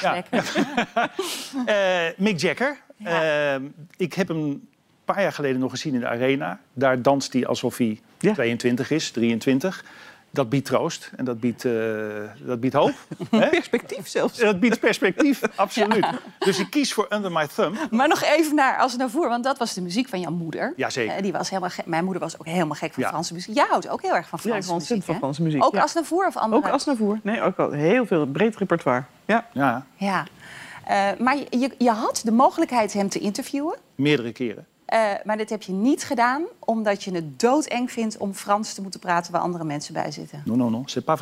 Mick Jagger. Ja. Ik heb hem een paar jaar geleden nog gezien in de Arena. Daar danst hij alsof hij 22 is, 23. Dat biedt troost en dat biedt hoop. Perspectief zelfs. Dat biedt perspectief, absoluut. Ja. Dus ik kies voor Under My Thumb. Maar nog even naar Aznavour, want dat was de muziek van jouw moeder. Jazeker. Die was helemaal mijn moeder was ook helemaal gek van Franse muziek. Jij houdt ook heel erg van Franse muziek, van Franse muziek. Ook Aznavour of andere? Ook Aznavour. Nee, ook al heel veel, breed repertoire. Ja. Maar je had de mogelijkheid hem te interviewen. Meerdere keren. Maar dit heb je niet gedaan omdat je het doodeng vindt om Frans te moeten praten waar andere mensen bij zitten. Non, c'est pas vrai.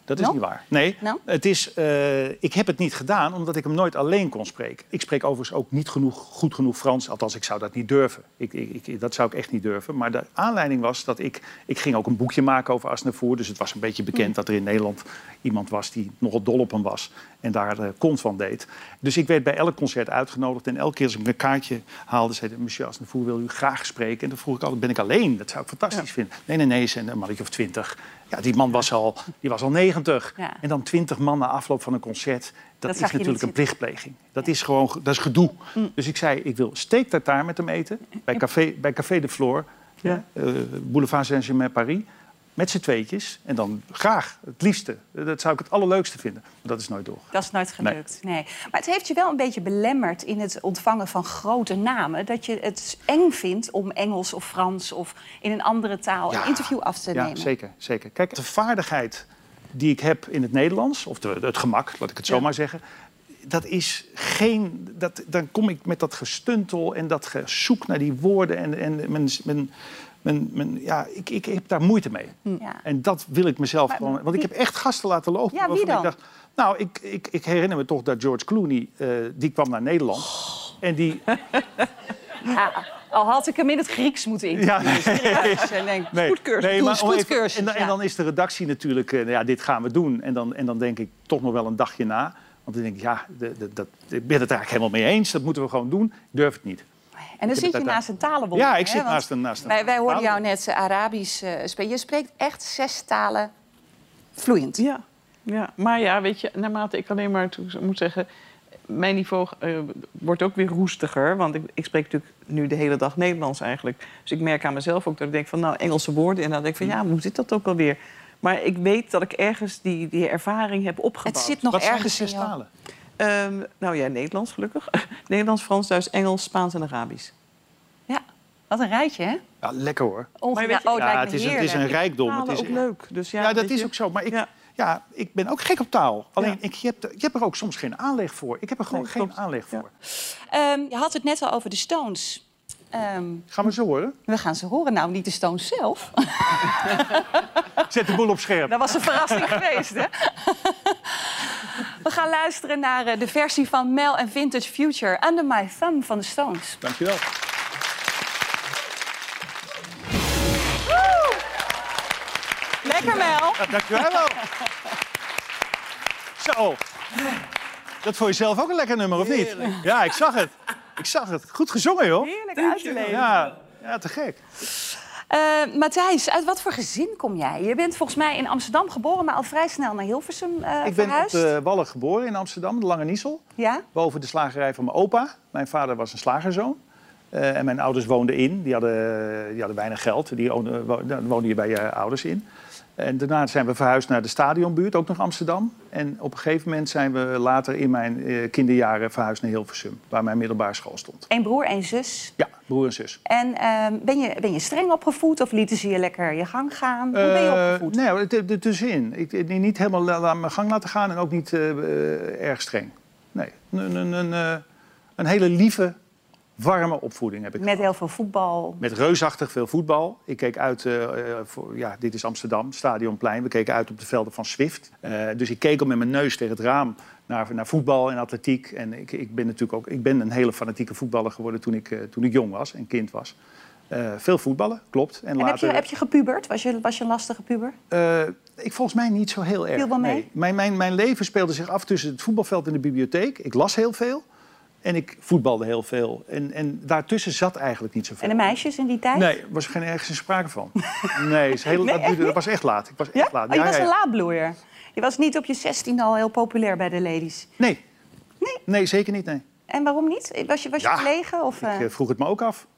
Dat is niet waar. Nee, het is, ik heb het niet gedaan omdat ik hem nooit alleen kon spreken. Ik spreek overigens ook niet goed genoeg Frans. Althans, ik zou dat niet durven. Dat zou ik echt niet durven. Maar de aanleiding was dat ik ging ook een boekje maken over Aznavour. Dus het was een beetje bekend dat er in Nederland iemand was die nogal dol op hem was. En daar kont van deed. Dus ik werd bij elk concert uitgenodigd. En elke keer als ik een kaartje haalde, zei de monsieur Aznavour, wil u graag spreken? En dan vroeg ik altijd, ben ik alleen? Dat zou ik fantastisch vinden. Nee, zijn een mannetje of 20. Ja, die man was al 90. Ja. En dan 20 man na afloop van een concert. Dat is natuurlijk een plichtpleging. Dat is gewoon, dat is gedoe. Dus ik zei, ik wil steak tartare met hem eten. Bij Café de Flore. Ja. Boulevard Saint-Germain, Paris. Met z'n tweetjes. En dan graag, het liefste. Dat zou ik het allerleukste vinden. Maar dat is nooit door. Dat is nooit gelukt, nee. Maar het heeft je wel een beetje belemmerd in het ontvangen van grote namen. Dat je het eng vindt om Engels of Frans of in een andere taal een interview af te nemen. Ja, zeker. Kijk, de vaardigheid die ik heb in het Nederlands, of het gemak, laat ik het zo maar zeggen. Dat is geen. Dan kom ik met dat gestuntel en dat gezoek naar die woorden en ik heb daar moeite mee. Ja. En dat wil ik mezelf gewoon. Want ik heb echt gasten laten lopen. Ja, wie dan? Ik dacht, nou, ik herinner me toch dat George Clooney, die kwam naar Nederland. En die. Al had ik hem in het Grieks moeten interviewen. Spoedcursus. En dan is de redactie natuurlijk, dit gaan we doen. En dan denk ik toch nog wel een dagje na. Want dan denk ik, ik ben het eigenlijk helemaal mee eens. Dat moeten we gewoon doen. Ik durf het niet. En dan zit je naast een talenwonder. Ja, ik zit naast een wij hoorden jou net Arabisch spreken. Je spreekt echt 6 talen vloeiend. Ja, maar ja, weet je, naarmate ik alleen maar moet zeggen, mijn niveau wordt ook weer roestiger. Want ik spreek natuurlijk nu de hele dag Nederlands eigenlijk. Dus ik merk aan mezelf ook dat ik denk van, Engelse woorden. En dan denk ik van, hoe zit dat ook alweer? Maar ik weet dat ik ergens die ervaring heb opgebouwd. Het zit nog ergens in 6 talen. Nederlands gelukkig. Nederlands, Frans, Duits, Engels, Spaans en Arabisch. Ja, wat een rijtje, hè? Ja, lekker hoor. Het is een rijkdom. Het is ook leuk. Dus dat is ook zo. Maar ik ben ook gek op taal. Alleen, je hebt er ook soms geen aanleg voor. Ik heb er gewoon geen aanleg voor. Je had het net al over de Stones. Gaan we ze horen? We gaan ze horen. Nou, niet de Stones zelf. Zet de boel op scherp. Dat was een verrassing geweest, hè? We gaan luisteren naar de versie van Mel en Vintage Future, Under My Thumb van de Stones. Dankjewel. Lekker, Mel. Ja, dankjewel wel. Zo. Dat vond je zelf ook een lekker nummer, of niet? Heerlijk. Ja, ik zag het. Goed gezongen, joh. Heerlijk uit te leven. Ja, te gek. Matthijs, uit wat voor gezin kom jij? Je bent volgens mij in Amsterdam geboren, maar al vrij snel naar Hilversum Ik ben op de Wallen geboren in Amsterdam, de Lange Niesel. Ja? Boven de slagerij van mijn opa. Mijn vader was een slagerzoon. En mijn ouders woonden in. Die hadden weinig geld. Die woonden hier bij je ouders in. En daarna zijn we verhuisd naar de Stadionbuurt, ook nog Amsterdam. En op een gegeven moment zijn we later in mijn kinderjaren verhuisd naar Hilversum, waar mijn middelbare school stond. 1 broer, 1 zus? Ja, broer en zus. En ben je streng opgevoed of lieten ze je lekker je gang gaan? Hoe ben je opgevoed? Nee, ertussenin. Ik niet helemaal aan mijn gang laten gaan en ook niet erg streng. Nee, een hele lieve, warme opvoeding heb ik Met heel veel voetbal? Met reusachtig veel voetbal. Ik keek uit, dit is Amsterdam, Stadionplein. We keken uit op de velden van Swift. Dus ik keek al met mijn neus tegen het raam naar voetbal en atletiek. En ik ben een hele fanatieke voetballer geworden toen ik jong was en kind was. Veel voetballen, klopt. En later... heb je gepubert? Was je een lastige puber? Volgens mij niet zo heel erg. Viel wel mee? Nee. Mijn leven speelde zich af tussen het voetbalveld en de bibliotheek. Ik las heel veel. En ik voetbalde heel veel. En daartussen zat eigenlijk niet zoveel. En de meisjes in die tijd? Nee, er was geen ergens sprake van. Nee, dat was echt laat. Ik was echt laat. Je was een laadbloeier. Je was niet op je 16 al heel populair bij de ladies. Nee. Nee, zeker niet, nee. En waarom niet? Was je verlegen? Of, ik vroeg het me ook af.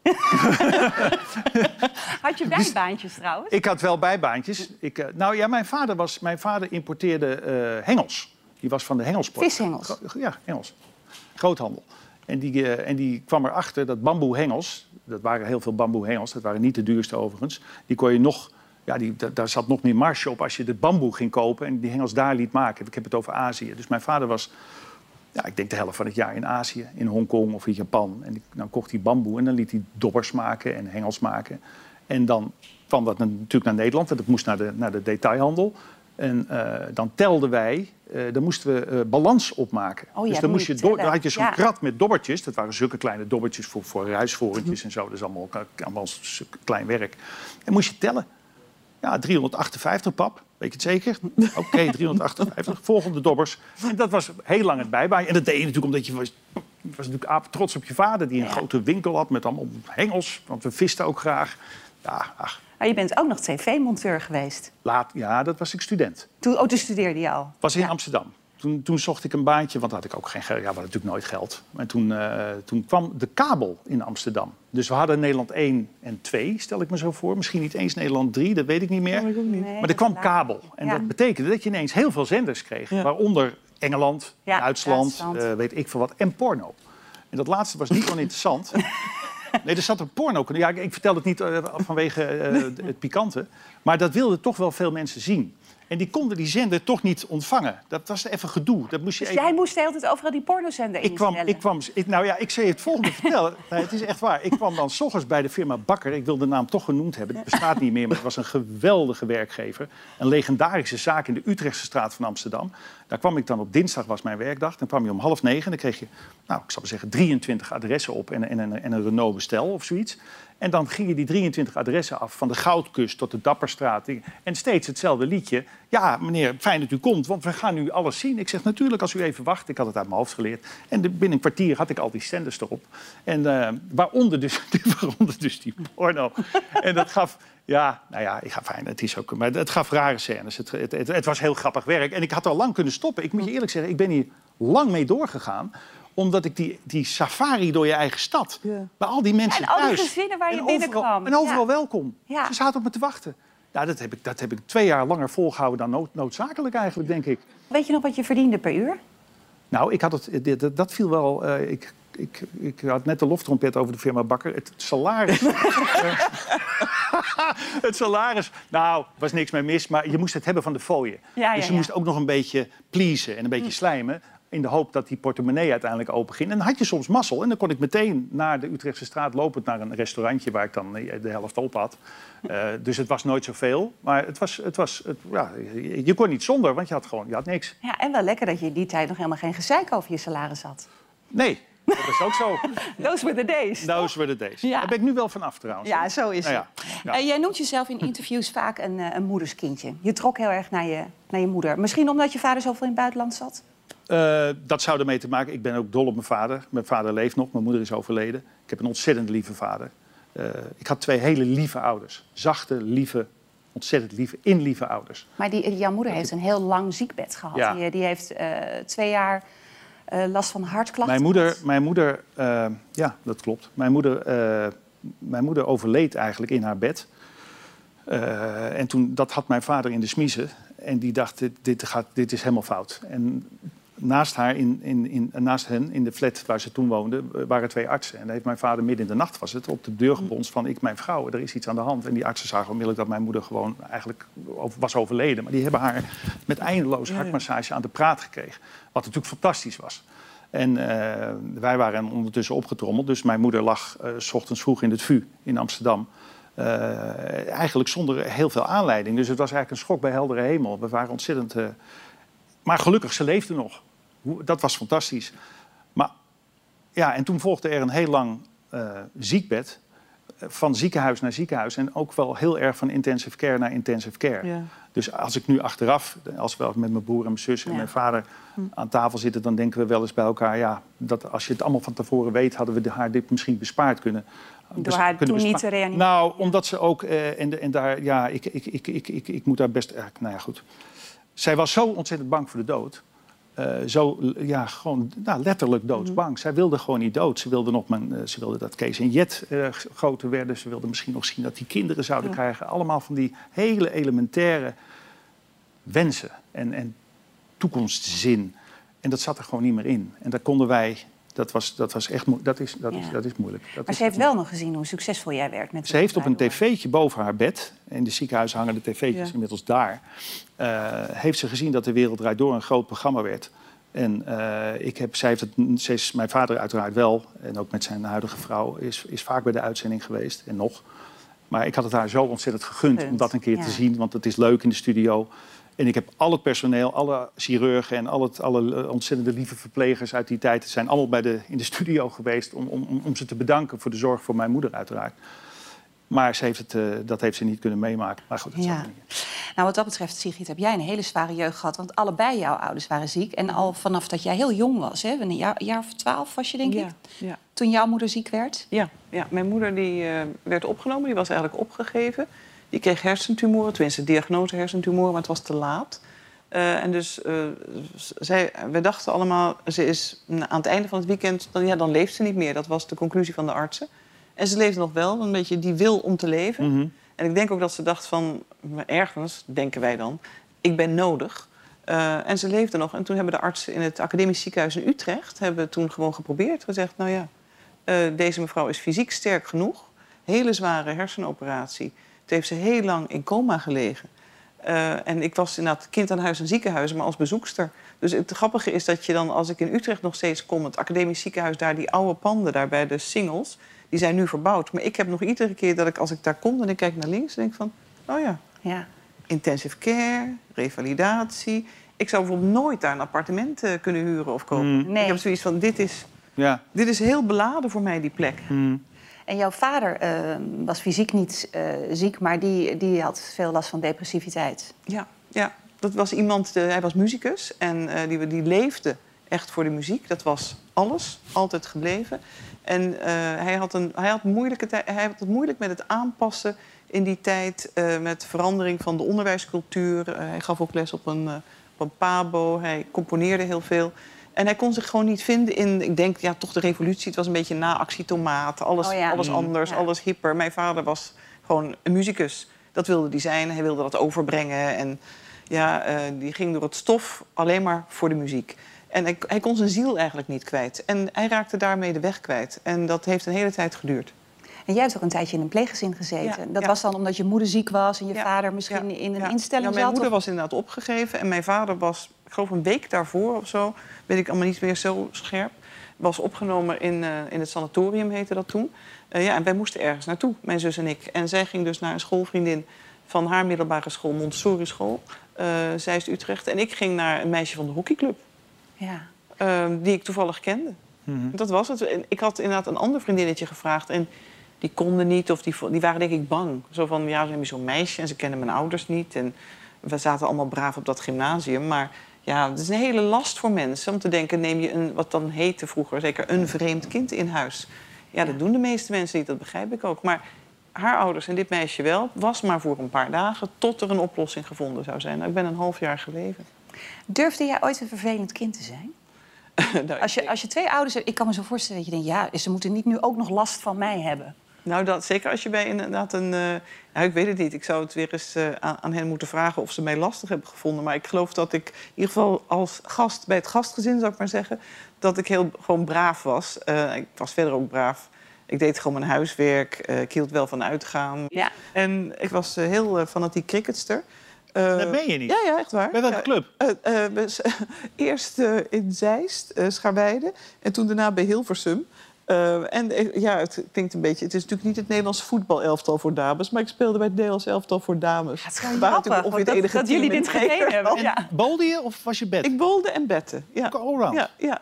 Had je bijbaantjes trouwens? Ik had wel bijbaantjes. Mijn vader importeerde hengels. Die was van de hengelsport. Vishengels? Ja, hengels. Groothandel. En die kwam erachter dat bamboehengels, dat waren heel veel bamboehengels, dat waren niet de duurste overigens, die kon je nog, daar zat nog meer marge op als je de bamboe ging kopen en die hengels daar liet maken. Ik heb het over Azië. Dus mijn vader was, ik denk de helft van het jaar in Azië, in Hongkong of in Japan. En dan kocht hij bamboe en dan liet hij dobbers maken en hengels maken. En dan kwam dat natuurlijk naar Nederland, want het moest naar de detailhandel. En dan telden wij, dan moesten we balans opmaken. Oh, ja, dus dan had je zo'n krat met dobbertjes. Dat waren zulke kleine dobbertjes voor ruisvorentjes en zo. Dat is allemaal klein werk. En moest je tellen. Ja, 358, pap. Weet je het zeker? Oké, 358. Volgende dobbers. En dat was heel lang het bijbaaien. En dat deed je natuurlijk omdat je was natuurlijk apetrots op je vader... die een grote winkel had met allemaal hengels. Want we visten ook graag. Ja, ach. Maar je bent ook nog tv-monteur geweest. Ja, dat was ik student. Toen studeerde je al? Was in Amsterdam. Toen zocht ik een baantje, want dan had ik ook geen geld. Ja, we hadden natuurlijk nooit geld. Maar toen kwam de kabel in Amsterdam. Dus we hadden Nederland 1 en 2, stel ik me zo voor. Misschien niet eens Nederland 3, dat weet ik niet meer. Nee, maar er kwam kabel. En dat betekende dat je ineens heel veel zenders kreeg. Ja. Waaronder Engeland, Duitsland, weet ik veel wat. En porno. En dat laatste was niet oninteressant. Nee, er zat een porno. Ja, ik vertel het niet vanwege het pikante. Maar dat wilden toch wel veel mensen zien. En die konden die zender toch niet ontvangen. Dat was even gedoe. Dat moest je dus jij moest de hele tijd overal die pornozender instellen? Ik zou je het volgende vertellen. Nee, het is echt waar. Ik kwam dan 's ochtends bij de firma Bakker. Ik wil de naam toch genoemd hebben. Het bestaat niet meer, maar het was een geweldige werkgever. Een legendarische zaak in de Utrechtse straat van Amsterdam. Daar kwam ik dan op dinsdag, was mijn werkdag. Dan kwam je om 8:30. Dan kreeg je, ik zou maar zeggen, 23 adressen op en een Renault bestel of zoiets. En dan gingen die 23 adressen af, van de Goudkust tot de Dapperstraat. En steeds hetzelfde liedje. Ja, meneer, fijn dat u komt, want we gaan nu alles zien. Ik zeg, natuurlijk, als u even wacht. Ik had het uit mijn hoofd geleerd. En binnen een kwartier had ik al die zenders erop. En waaronder dus die porno. En dat gaf... Ja, nou ja, fijn, het is ook... Maar het gaf rare scènes. Het was heel grappig werk. En ik had al lang kunnen stoppen. Ik moet je eerlijk zeggen, ik ben hier lang mee doorgegaan... omdat ik die safari door je eigen stad... bij al die mensen thuis... En al die gezinnen waar je binnenkwam. En overal welkom. Ja. Ze zaten op me te wachten. Ja, dat heb ik 2 jaar langer volgehouden dan noodzakelijk eigenlijk, denk ik. Weet je nog wat je verdiende per uur? Nou, dat viel wel... Ik had net de loftrompet over de firma Bakker. Het salaris... het salaris... Nou, was niks mee mis, maar je moest het hebben van de fooien. Dus je moest ook nog een beetje pleasen en een beetje slijmen... in de hoop dat die portemonnee uiteindelijk open ging. En dan had je soms mazzel. En dan kon ik meteen naar de Utrechtse straat lopend naar een restaurantje... waar ik dan de helft op had. Dus het was nooit zoveel. Maar je kon niet zonder, want je had niks. Ja, en wel lekker dat je in die tijd nog helemaal geen gezeik over je salaris had. Nee. Dat is ook zo. Those were the days. Those were the days. Ja. Daar ben ik nu wel van af trouwens. Ja, zo is het. Ja. Jij noemt jezelf in interviews vaak een moederskindje. Je trok heel erg naar je moeder. Misschien omdat je vader zoveel in het buitenland zat? Dat zou ermee te maken. Ik ben ook dol op mijn vader. Mijn vader leeft nog, mijn moeder is overleden. Ik heb een ontzettend lieve vader. Ik had 2 hele lieve ouders. Zachte, lieve, ontzettend lieve ouders. Maar jouw moeder heeft een heel lang ziekbed gehad. Ja. Die heeft 2 jaar... last van hartklachten? Mijn moeder, ja, dat klopt. Mijn moeder overleed eigenlijk in haar bed. En dat had mijn vader in de smiezen. En die dacht, dit is helemaal fout. En naast hen, in de flat waar ze toen woonde, waren 2 artsen. En daar heeft mijn vader midden in de nacht op de deur gebonst van... mijn vrouw, er is iets aan de hand. En die artsen zagen onmiddellijk dat mijn moeder gewoon eigenlijk was overleden. Maar die hebben haar met eindeloos hartmassage aan de praat gekregen. Wat natuurlijk fantastisch was. En wij waren ondertussen opgetrommeld. Dus mijn moeder lag 's ochtends vroeg in het VU in Amsterdam. Eigenlijk zonder heel veel aanleiding. Dus het was eigenlijk een schok bij heldere hemel. We waren ontzettend... Maar gelukkig, ze leefde nog. Dat was fantastisch. Maar ja, en toen volgde er een heel lang ziekbed. Van ziekenhuis naar ziekenhuis. En ook wel heel erg van intensive care naar intensive care. Ja. Dus als ik nu achteraf, als we met mijn broer en mijn zus en mijn vader aan tafel zitten... dan denken we wel eens bij elkaar... ja, dat als je het allemaal van tevoren weet... hadden we haar dit misschien bespaard kunnen. Door haar toen niet te reanimeren? Nou, omdat ze ook... en daar, ja, ik moet daar best... nou ja, goed. Zij was zo ontzettend bang voor de dood... gewoon letterlijk doodsbang. Zij wilde gewoon niet dood. Ze wilde dat Kees en Jet groter werden. Ze wilde misschien nog zien dat die kinderen zouden krijgen. Allemaal van die hele elementaire wensen en toekomstzin. En dat zat er gewoon niet meer in. En daar konden wij... Dat was echt dat is moeilijk. Maar ze heeft wel nog gezien hoe succesvol jij werkt. Ze heeft op een tv'tje boven haar bed... in de ziekenhuizen hangen de tv'tjes inmiddels daar... heeft ze gezien dat De Wereld Draait Door een groot programma werd. En mijn vader uiteraard wel... en ook met zijn huidige vrouw... is vaak bij de uitzending geweest en nog. Maar ik had het haar zo ontzettend gegund om dat een keer te zien... want het is leuk in de studio... En ik heb al het personeel, alle chirurgen en alle ontzettende lieve verplegers uit die tijd... zijn allemaal in de studio geweest om ze te bedanken voor de zorg voor mijn moeder uiteraard. Maar dat heeft ze niet kunnen meemaken. Maar goed, dat ja. Nou, wat dat betreft, Sigrid, heb jij een hele zware jeugd gehad. Want allebei jouw ouders waren ziek. En al vanaf dat jij heel jong was, hè? Een jaar of 12 was je, denk ik? Ja. Toen jouw moeder ziek werd? Ja. Mijn moeder die, werd opgenomen. Die was eigenlijk opgegeven. Die kreeg hersentumoren. Tenminste, diagnose hersentumoren, maar het was te laat. En dus we dachten allemaal... ze is aan het einde van het weekend... dan leeft ze niet meer. Dat was de conclusie van de artsen. En ze leefde nog wel, een beetje die wil om te leven. Mm-hmm. En ik denk ook dat ze dacht van... ergens, denken wij dan, ik ben nodig. En ze leefde nog. En toen hebben de artsen in het academisch ziekenhuis in Utrecht... hebben toen gewoon geprobeerd. Gezegd, nou ja, deze mevrouw is fysiek sterk genoeg. Hele zware hersenoperatie. Toen heeft ze heel lang in coma gelegen. En ik was inderdaad kind aan huis en ziekenhuis, maar als bezoekster. Dus het grappige is dat je dan, als ik in Utrecht nog steeds kom... het academisch ziekenhuis, daar die oude panden, daar bij de singles... die zijn nu verbouwd. Maar ik heb nog iedere keer dat als ik daar kom... en ik kijk naar links en denk van, oh ja. Intensive care, revalidatie. Ik zou bijvoorbeeld nooit daar een appartement kunnen huren of kopen. Nee. Ik heb zoiets van, dit is heel beladen voor mij, die plek. En jouw vader was fysiek niet ziek, maar die had veel last van depressiviteit. Ja. Dat was iemand, hij was muzikus en die leefde echt voor de muziek. Dat was alles, altijd gebleven. En hij had het moeilijk met het aanpassen in die tijd... met verandering van de onderwijscultuur. Hij gaf ook les op een pabo, hij componeerde heel veel... En hij kon zich gewoon niet vinden in, ik denk, toch de revolutie. Het was een beetje na Actie Tomaat. Alles anders, alles hipper. Mijn vader was gewoon een muzikus. Dat wilde hij zijn. Hij wilde dat overbrengen. En die ging door het stof alleen maar voor de muziek. En hij kon zijn ziel eigenlijk niet kwijt. En hij raakte daarmee de weg kwijt. En dat heeft een hele tijd geduurd. En jij hebt ook een tijdje in een pleeggezin gezeten. Dat was dan omdat je moeder ziek was en je vader misschien in een instelling zat? Mijn moeder was inderdaad opgegeven. En mijn vader was, ik geloof een week daarvoor of zo... weet ik allemaal niet meer zo scherp... was opgenomen in het sanatorium, heette dat toen. En wij moesten ergens naartoe, mijn zus en ik. En zij ging dus naar een schoolvriendin van haar middelbare school... Montessori school, Zeist Utrecht. En ik ging naar een meisje van de hockeyclub. Die ik toevallig kende. Dat was het. En ik had inderdaad een ander vriendinnetje gevraagd... en die konden niet, of die waren denk ik bang. Zo van, ja, ze hebben zo'n meisje en ze kennen mijn ouders niet. En we zaten allemaal braaf op dat gymnasium. Maar ja, het is een hele last voor mensen om te denken... neem je wat dan heette vroeger, zeker een vreemd kind in huis. Ja, dat doen de meeste mensen niet, dat begrijp ik ook. Maar haar ouders en dit meisje wel, was maar voor een paar dagen... tot er een oplossing gevonden zou zijn. Nou, ik ben een half jaar gebleven. Durfde jij ooit een vervelend kind te zijn? Als je twee ouders hebt, ik kan me zo voorstellen dat je denkt... ze moeten niet nu ook nog last van mij hebben. Nou, zeker als je bij inderdaad een... ik weet het niet. Ik zou het weer eens aan hen moeten vragen of ze mij lastig hebben gevonden. Maar ik geloof dat ik, in ieder geval als gast bij het gastgezin, zou ik maar zeggen... dat ik gewoon braaf was. Ik was verder ook braaf. Ik deed gewoon mijn huiswerk. Ik hield wel van uitgaan. Ja. En ik was heel fanatiek cricketster. Dat meen je niet? Ja, echt waar. Bij welke club? Eerst in Zeist, Scharweide. En toen daarna bij Hilversum. Het klinkt een beetje... Het is natuurlijk niet het Nederlandse voetbalelftal voor dames... maar ik speelde bij het Nederlands elftal voor dames. Het is grappig dat jullie dit gedaan hebben. En bolde je of was je bed? Ik bolde en bette, ja. Allround? Ja.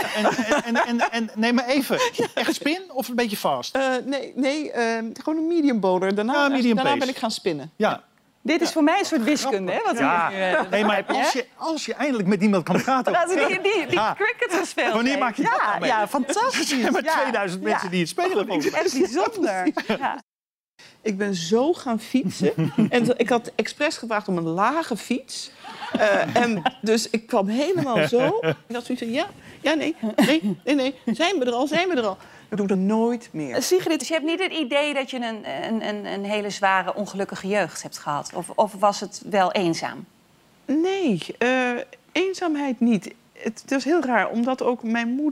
En neem maar even. Echt spin of een beetje fast? Nee, gewoon een medium bowler. Daarna ben ik gaan spinnen. Ja. Dit is voor mij een soort wiskunde, hè? Nee, maar als je eindelijk met iemand kan praten... Die cricket gespeeld. Wanneer maak je dat mee? Ja, fantastisch. Er zijn maar 2000 mensen die het spelen. Echt bijzonder. Ik ben zo gaan fietsen. En ik had expres gevraagd om een lage fiets. En dus ik kwam helemaal zo. Ik had zoiets van, nee. Zijn we er al? Dat doe ik dan nooit meer. Sigrid, dus je hebt niet het idee dat je een hele zware, ongelukkige jeugd hebt gehad? Of was het wel eenzaam? Nee, eenzaamheid niet. Het was heel raar, omdat ook mijn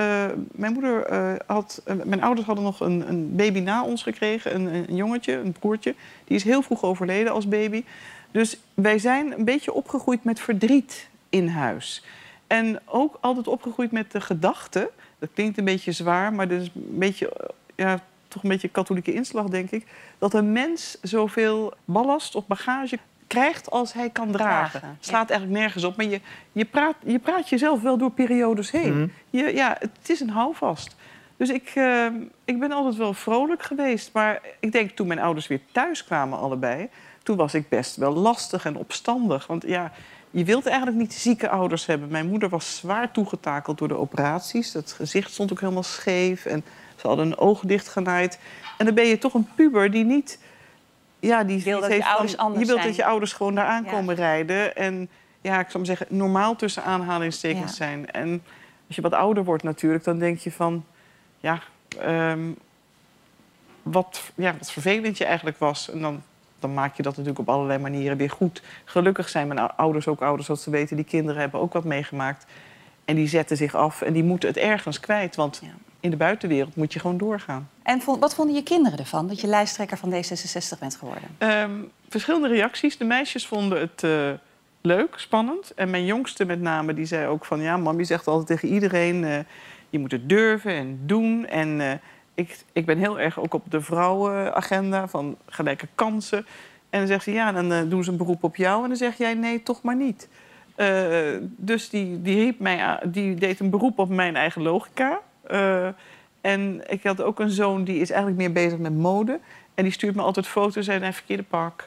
ouders hadden nog een baby na ons gekregen. Een jongetje, een broertje. Die is heel vroeg overleden als baby. Dus wij zijn een beetje opgegroeid met verdriet in huis. En ook altijd opgegroeid met de gedachte... Dat klinkt een beetje zwaar, maar dat is een beetje, toch een beetje katholieke inslag, denk ik... dat een mens zoveel ballast of bagage krijgt als hij kan dragen. Slaat eigenlijk nergens op. Maar je praat jezelf wel door periodes heen. Het is een houvast. Dus ik ben altijd wel vrolijk geweest. Maar ik denk toen mijn ouders weer thuis kwamen allebei... toen was ik best wel lastig en opstandig. Want ja, je wilt eigenlijk niet zieke ouders hebben. Mijn moeder was zwaar toegetakeld door de operaties. Het gezicht stond ook helemaal scheef. En ze hadden een oog dichtgenaaid. En dan ben je toch een puber die niet... Ja, die wil dat je ouders anders je wilt zijn. Dat je ouders gewoon daar aankomen rijden. En ja, ik zou maar zeggen, normaal tussen aanhalingstekens zijn. En als je wat ouder wordt natuurlijk, dan denk je van... Ja, wat vervelend je eigenlijk was. En dan maak je dat natuurlijk op allerlei manieren weer goed. Gelukkig zijn mijn ouders ook ouders, zoals ze weten. Die kinderen hebben ook wat meegemaakt. En die zetten zich af en die moeten het ergens kwijt. Want in de buitenwereld moet je gewoon doorgaan. En wat vonden je kinderen ervan, dat je lijsttrekker van D66 bent geworden? Verschillende reacties. De meisjes vonden het leuk, spannend. En mijn jongste met name, die zei ook van... ja, mam, je zegt altijd tegen iedereen... je moet het durven en doen. En ik ben heel erg ook op de vrouwenagenda van gelijke kansen. En dan zegt ze, ja, dan doen ze een beroep op jou. En dan zeg jij, nee, toch maar niet. Dus die riep mij, die deed een beroep op mijn eigen logica. En ik had ook een zoon die is eigenlijk meer bezig met mode. En die stuurt me altijd foto's en zei, verkeerde pak.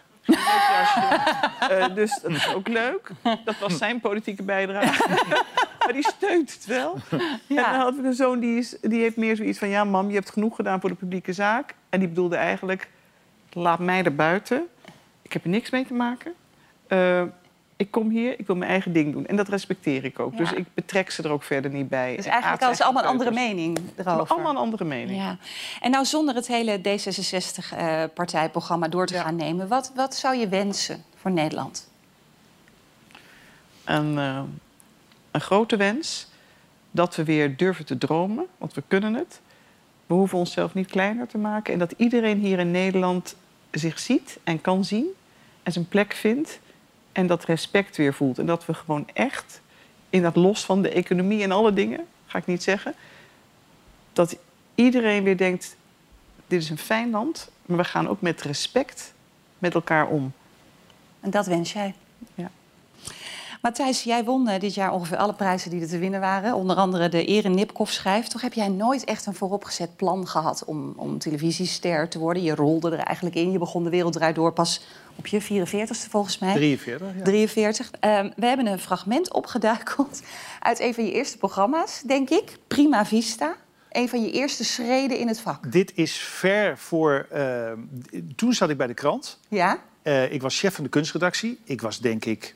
Dus dat is ook leuk. Dat was zijn politieke bijdrage. Maar die steunt het wel. Ja. En dan hadden we een zoon die heeft meer zoiets van... ja, mam, je hebt genoeg gedaan voor de publieke zaak. En die bedoelde eigenlijk... laat mij er buiten. Ik heb er niks mee te maken. Ik kom hier, ik wil mijn eigen ding doen. En dat respecteer ik ook. Ja. Dus ik betrek ze er ook verder niet bij. Dus eigenlijk hadden ze allemaal een andere mening erover. Allemaal een andere mening. Ja. En nou zonder het hele D66-partijprogramma door te gaan nemen... Wat zou je wensen voor Nederland? Een grote wens dat we weer durven te dromen. Want we kunnen het. We hoeven onszelf niet kleiner te maken. En dat iedereen hier in Nederland zich ziet en kan zien. En zijn plek vindt. En dat respect weer voelt. En dat we gewoon echt, in dat los van de economie en alle dingen, ga ik niet zeggen... dat iedereen weer denkt, dit is een fijn land... maar we gaan ook met respect met elkaar om. En dat wens jij? Ja. Matthijs, jij won dit jaar ongeveer alle prijzen die er te winnen waren. Onder andere de Ere Nipkoff schijf. Toch heb jij nooit echt een vooropgezet plan gehad om televisiester te worden? Je rolde er eigenlijk in. Je begon De Wereld Draait Door pas op je 44ste volgens mij. 43, ja. 43. We hebben een fragment opgeduikeld uit een van je eerste programma's, denk ik. Prima Vista. Een van je eerste schreden in het vak. Dit is ver voor... toen zat ik bij de krant. Ja? Ik was chef van de kunstredactie. Ik was denk ik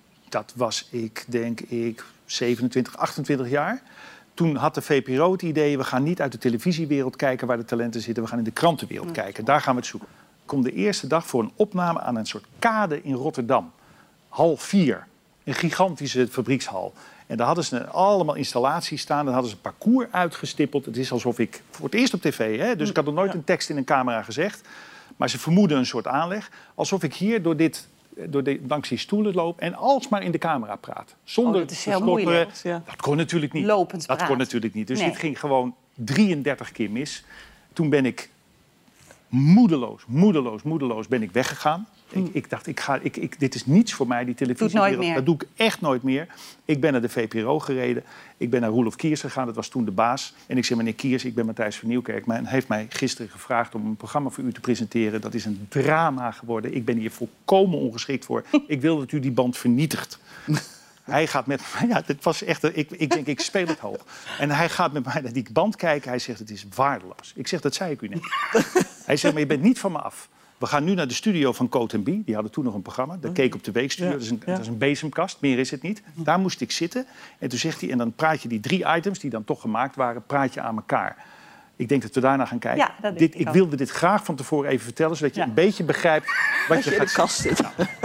27, 28 jaar. Toen had de VPRO het idee, we gaan niet uit de televisiewereld kijken waar de talenten zitten. We gaan in de krantenwereld kijken. Daar gaan we het zoeken. Ik kom de eerste dag voor een opname aan een soort kade in Rotterdam. Hal 4. Een gigantische fabriekshal. En daar hadden ze allemaal installaties staan. Dan hadden ze een parcours uitgestippeld. Het is alsof ik voor het eerst op tv... Hè, dus ik had nog nooit een tekst in een camera gezegd. Maar ze vermoeden een soort aanleg. Alsof ik hier langs die stoelen loop en alsmaar in de camera praat. Zonder dat is heel moeilijk. Dat kon natuurlijk niet. Lopend praat. Dat kon natuurlijk niet. Dus dit ging gewoon 33 keer mis. Toen ben ik moedeloos ben ik weggegaan. Ik dacht, dit is niets voor mij, die televisiewereld. Dat doe ik echt nooit meer. Ik ben naar de VPRO gereden. Ik ben naar Roelof Kiers gegaan, dat was toen de baas. En ik zei, meneer Kiers, ik ben Matthijs van Nieuwkerk. Maar hij heeft mij gisteren gevraagd om een programma voor u te presenteren. Dat is een drama geworden. Ik ben hier volkomen ongeschikt voor. Ik wil dat u die band vernietigt. Hij gaat met mij... Ja, dit was echt... Ik denk, ik speel het hoog. En hij gaat met mij naar die band kijken. Hij zegt, het is waardeloos. Ik zeg, dat zei ik u net. Hij zegt, maar je bent niet van me af. We gaan nu naar de studio van Coat & Bie. Die hadden toen nog een programma. Dat keek op de Weekstudio. Dat is een bezemkast. Meer is het niet. Daar moest ik zitten. En toen zegt hij... En dan praat je die 3 items die dan toch gemaakt waren... praat je aan elkaar. Ik denk dat we daarna gaan kijken. Ja, ik wilde dit graag van tevoren even vertellen... zodat je een beetje begrijpt wat je gaat in de kast zit.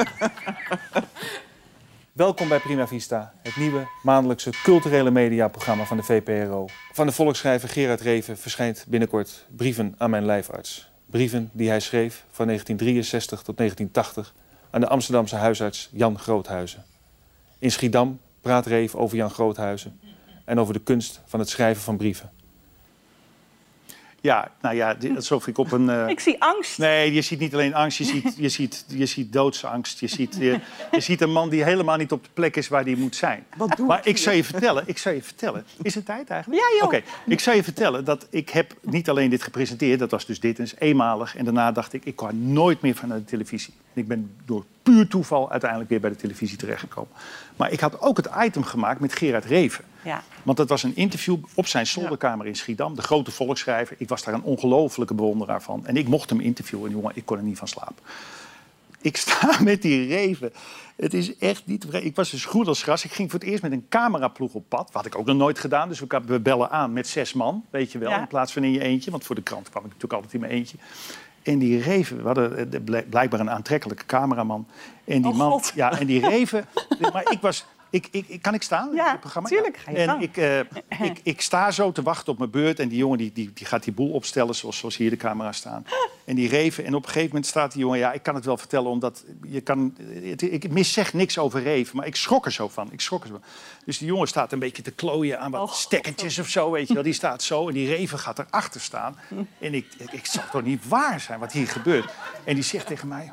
Welkom bij Prima Vista, het nieuwe maandelijkse culturele mediaprogramma van de VPRO. Van de volksschrijver Gerard Reven verschijnt binnenkort Brieven aan mijn lijfarts. Brieven die hij schreef van 1963 tot 1980 aan de Amsterdamse huisarts Jan Groothuizen. In Schiedam praat Reven over Jan Groothuizen en over de kunst van het schrijven van brieven. Ja, nou ja, alsof ik op een... Ik zie angst. Nee, je ziet niet alleen angst, je ziet doodsangst. Je ziet een man die helemaal niet op de plek is waar hij moet zijn. Maar ik zou je vertellen... Is het tijd eigenlijk? Ja, joh. Oké, ik zou je vertellen dat ik heb niet alleen dit gepresenteerd. Dat was dus dit, is eenmalig. En daarna dacht ik kan nooit meer van de televisie. En ik ben door puur toeval uiteindelijk weer bij de televisie terechtgekomen. Maar ik had ook het item gemaakt met Gerard Reven. Ja. Want dat was een interview op zijn zolderkamer in Schiedam. De grote volksschrijver. Ik was daar een ongelofelijke bewonderaar van. En ik mocht hem interviewen. En jongen, ik kon er niet van slapen. Ik sta met die Reven. Het is echt niet... Ik was dus goed als gras. Ik ging voor het eerst met een cameraploeg op pad. Dat had ik ook nog nooit gedaan. Dus we bellen aan met 6 man, weet je wel. Ja. In plaats van in je eentje. Want voor de krant kwam ik natuurlijk altijd in mijn eentje. En die Reven, we hadden blijkbaar een aantrekkelijke cameraman. En die man... God. Ja, en die Reven... Maar ik was... Kan ik staan? Ja, het programma? tuurlijk. Ga je en ik sta zo te wachten op mijn beurt. En die jongen die gaat die boel opstellen zoals hier de camera's staan. En die Reven. En op een gegeven moment staat die jongen... Ja, ik kan het wel vertellen, omdat je kan... Ik zeg niks over Reven, maar ik schrok er zo van. Dus die jongen staat een beetje te klooien aan wat stekkertjes of zo, weet je wel. Die staat zo en die Reven gaat erachter staan. En ik zal toch niet waar zijn wat hier gebeurt. En die zegt tegen mij...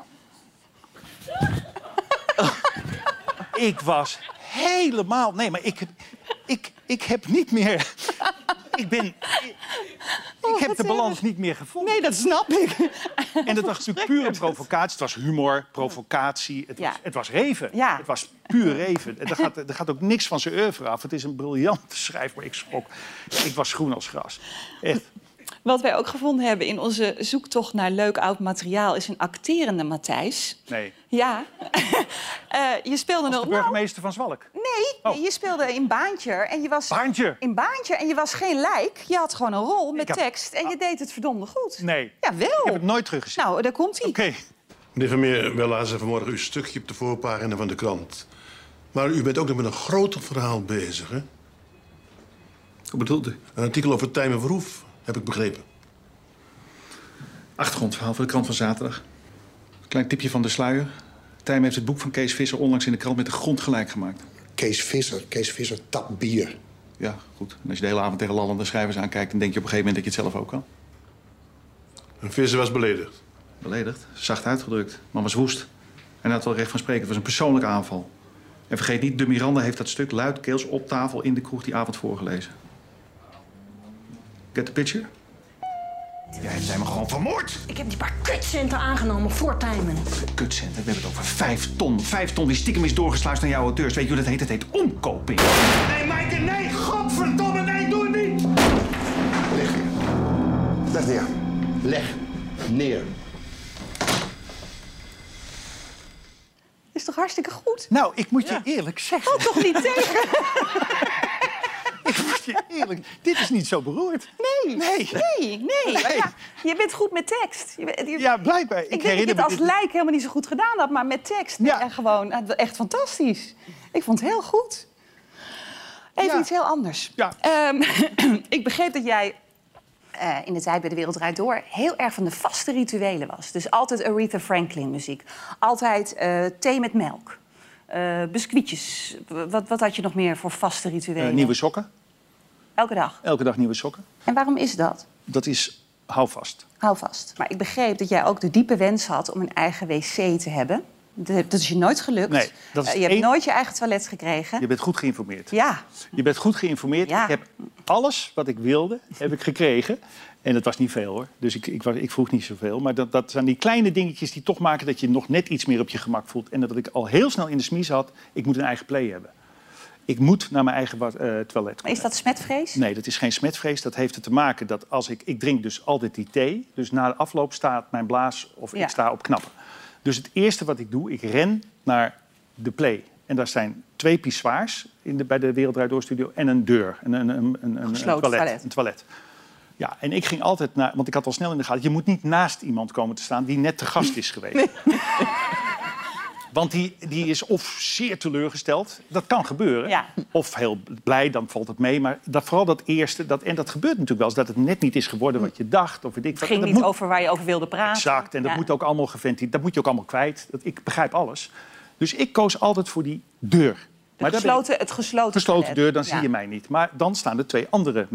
Ik was helemaal... Nee, maar ik heb niet meer... Ik heb de balans niet meer gevonden. Nee, dat snap ik. En dat was natuurlijk pure provocatie. Het was humor, provocatie. Het was Reven. Ja. Het was puur Reven. Er gaat ook niks van zijn oeuvre af. Het is een briljante schrijver. Ik was groen als gras. Echt. Wat wij ook gevonden hebben in onze zoektocht naar leuk oud materiaal... is een acterende Matthijs. Nee. Ja. Je speelde de burgemeester van Zwalk? Nee, je speelde in Baantje. En je was Baantje? In Baantje. En je was geen lijk. Je had gewoon een rol met tekst. En je deed het verdomde goed. Nee. Jawel. Ik heb het nooit teruggezien. Nou, daar komt hij. Oké. Meneer Vermeer, wij lazen vanmorgen uw stukje op de voorpagina van de krant. Maar u bent ook nog met een groter verhaal bezig, hè? Wat bedoelt u? Een artikel over Tijmen Verhoef, heb ik begrepen. Achtergrondverhaal voor de krant van zaterdag. Klein tipje van de sluier. Tijmen heeft het boek van Kees Visser onlangs in de krant met de grond gelijk gemaakt. Kees Visser tapt bier. Ja, goed. En als je de hele avond tegen lallende schrijvers aankijkt... dan denk je op een gegeven moment dat je het zelf ook kan. En Visser was beledigd? Beledigd? Zacht uitgedrukt. Man was woest. En hij had wel recht van spreken. Het was een persoonlijke aanval. En vergeet niet, de Miranda heeft dat stuk luidkeels op tafel in de kroeg die avond voorgelezen. Get the picture? Jij hebt mij gewoon vermoord. Ik heb die paar kutcenten aangenomen voor Tijmen. Kutcenten? We hebben het over 5 ton. 5 ton die stiekem is doorgesluist naar jouw auteurs. Weet je hoe dat heet? Het heet omkoping. Nee, Maaike, nee! Godverdomme, nee, doe het niet! Leg neer. Leg neer. Leg neer. Is toch hartstikke goed? Nou, ik moet je eerlijk zeggen... Oh, toch niet tegen? Ik moet je eerlijk... Dit is niet zo beroerd. Nee. Ja, je bent goed met tekst. Ja, blijkbaar. Ik denk dat je het als lijk helemaal niet zo goed gedaan had, maar met tekst en gewoon echt fantastisch. Ik vond het heel goed. Even iets heel anders. Ja. Ik begreep dat jij in de tijd bij De Wereld Draait Door heel erg van de vaste rituelen was. Dus altijd Aretha Franklin muziek. Altijd thee met melk. Biscuitjes. Wat had je nog meer voor vaste rituelen? Nieuwe sokken. Elke dag? Elke dag nieuwe sokken. En waarom is dat? Dat is houvast. Houvast. Maar ik begreep dat jij ook de diepe wens had om een eigen wc te hebben. Dat is je nooit gelukt. Nee, dat is je hebt nooit je eigen toilet gekregen. Je bent goed geïnformeerd. Ja. Je bent goed geïnformeerd. Ja. Ik heb alles wat ik wilde, heb ik gekregen. En dat was niet veel, hoor. Dus ik vroeg niet zoveel. Maar dat zijn die kleine dingetjes die toch maken dat je nog net iets meer op je gemak voelt. En dat ik al heel snel in de smies had, ik moet een eigen play hebben. Ik moet naar mijn eigen toilet. Maar is dat smetvrees? Nee, dat is geen smetvrees. Dat heeft er te maken dat als ik drink dus altijd die thee. Dus na de afloop staat mijn blaas of ik sta op knappen. Dus het eerste wat ik doe, ik ren naar de play. En daar zijn 2 pissoirs bij de Wereld Draait Door studio en een deur. Een toilet. Ja, en ik ging altijd naar... Want ik had al snel in de gaten... Je moet niet naast iemand komen te staan die net te gast is geweest. Nee. Want die is of zeer teleurgesteld. Dat kan gebeuren. Ja. Of heel blij, dan valt het mee. Maar vooral dat eerste... En dat gebeurt natuurlijk wel eens. Dat het net niet is geworden wat je dacht. Of het ging niet over waar je over wilde praten. Exact. En dat moet ook allemaal geventileerd. Dat moet je ook allemaal kwijt. Ik begrijp alles. Dus ik koos altijd voor die deur. Het gesloten deur, dan zie je mij niet. Maar dan staan er 2 andere mensen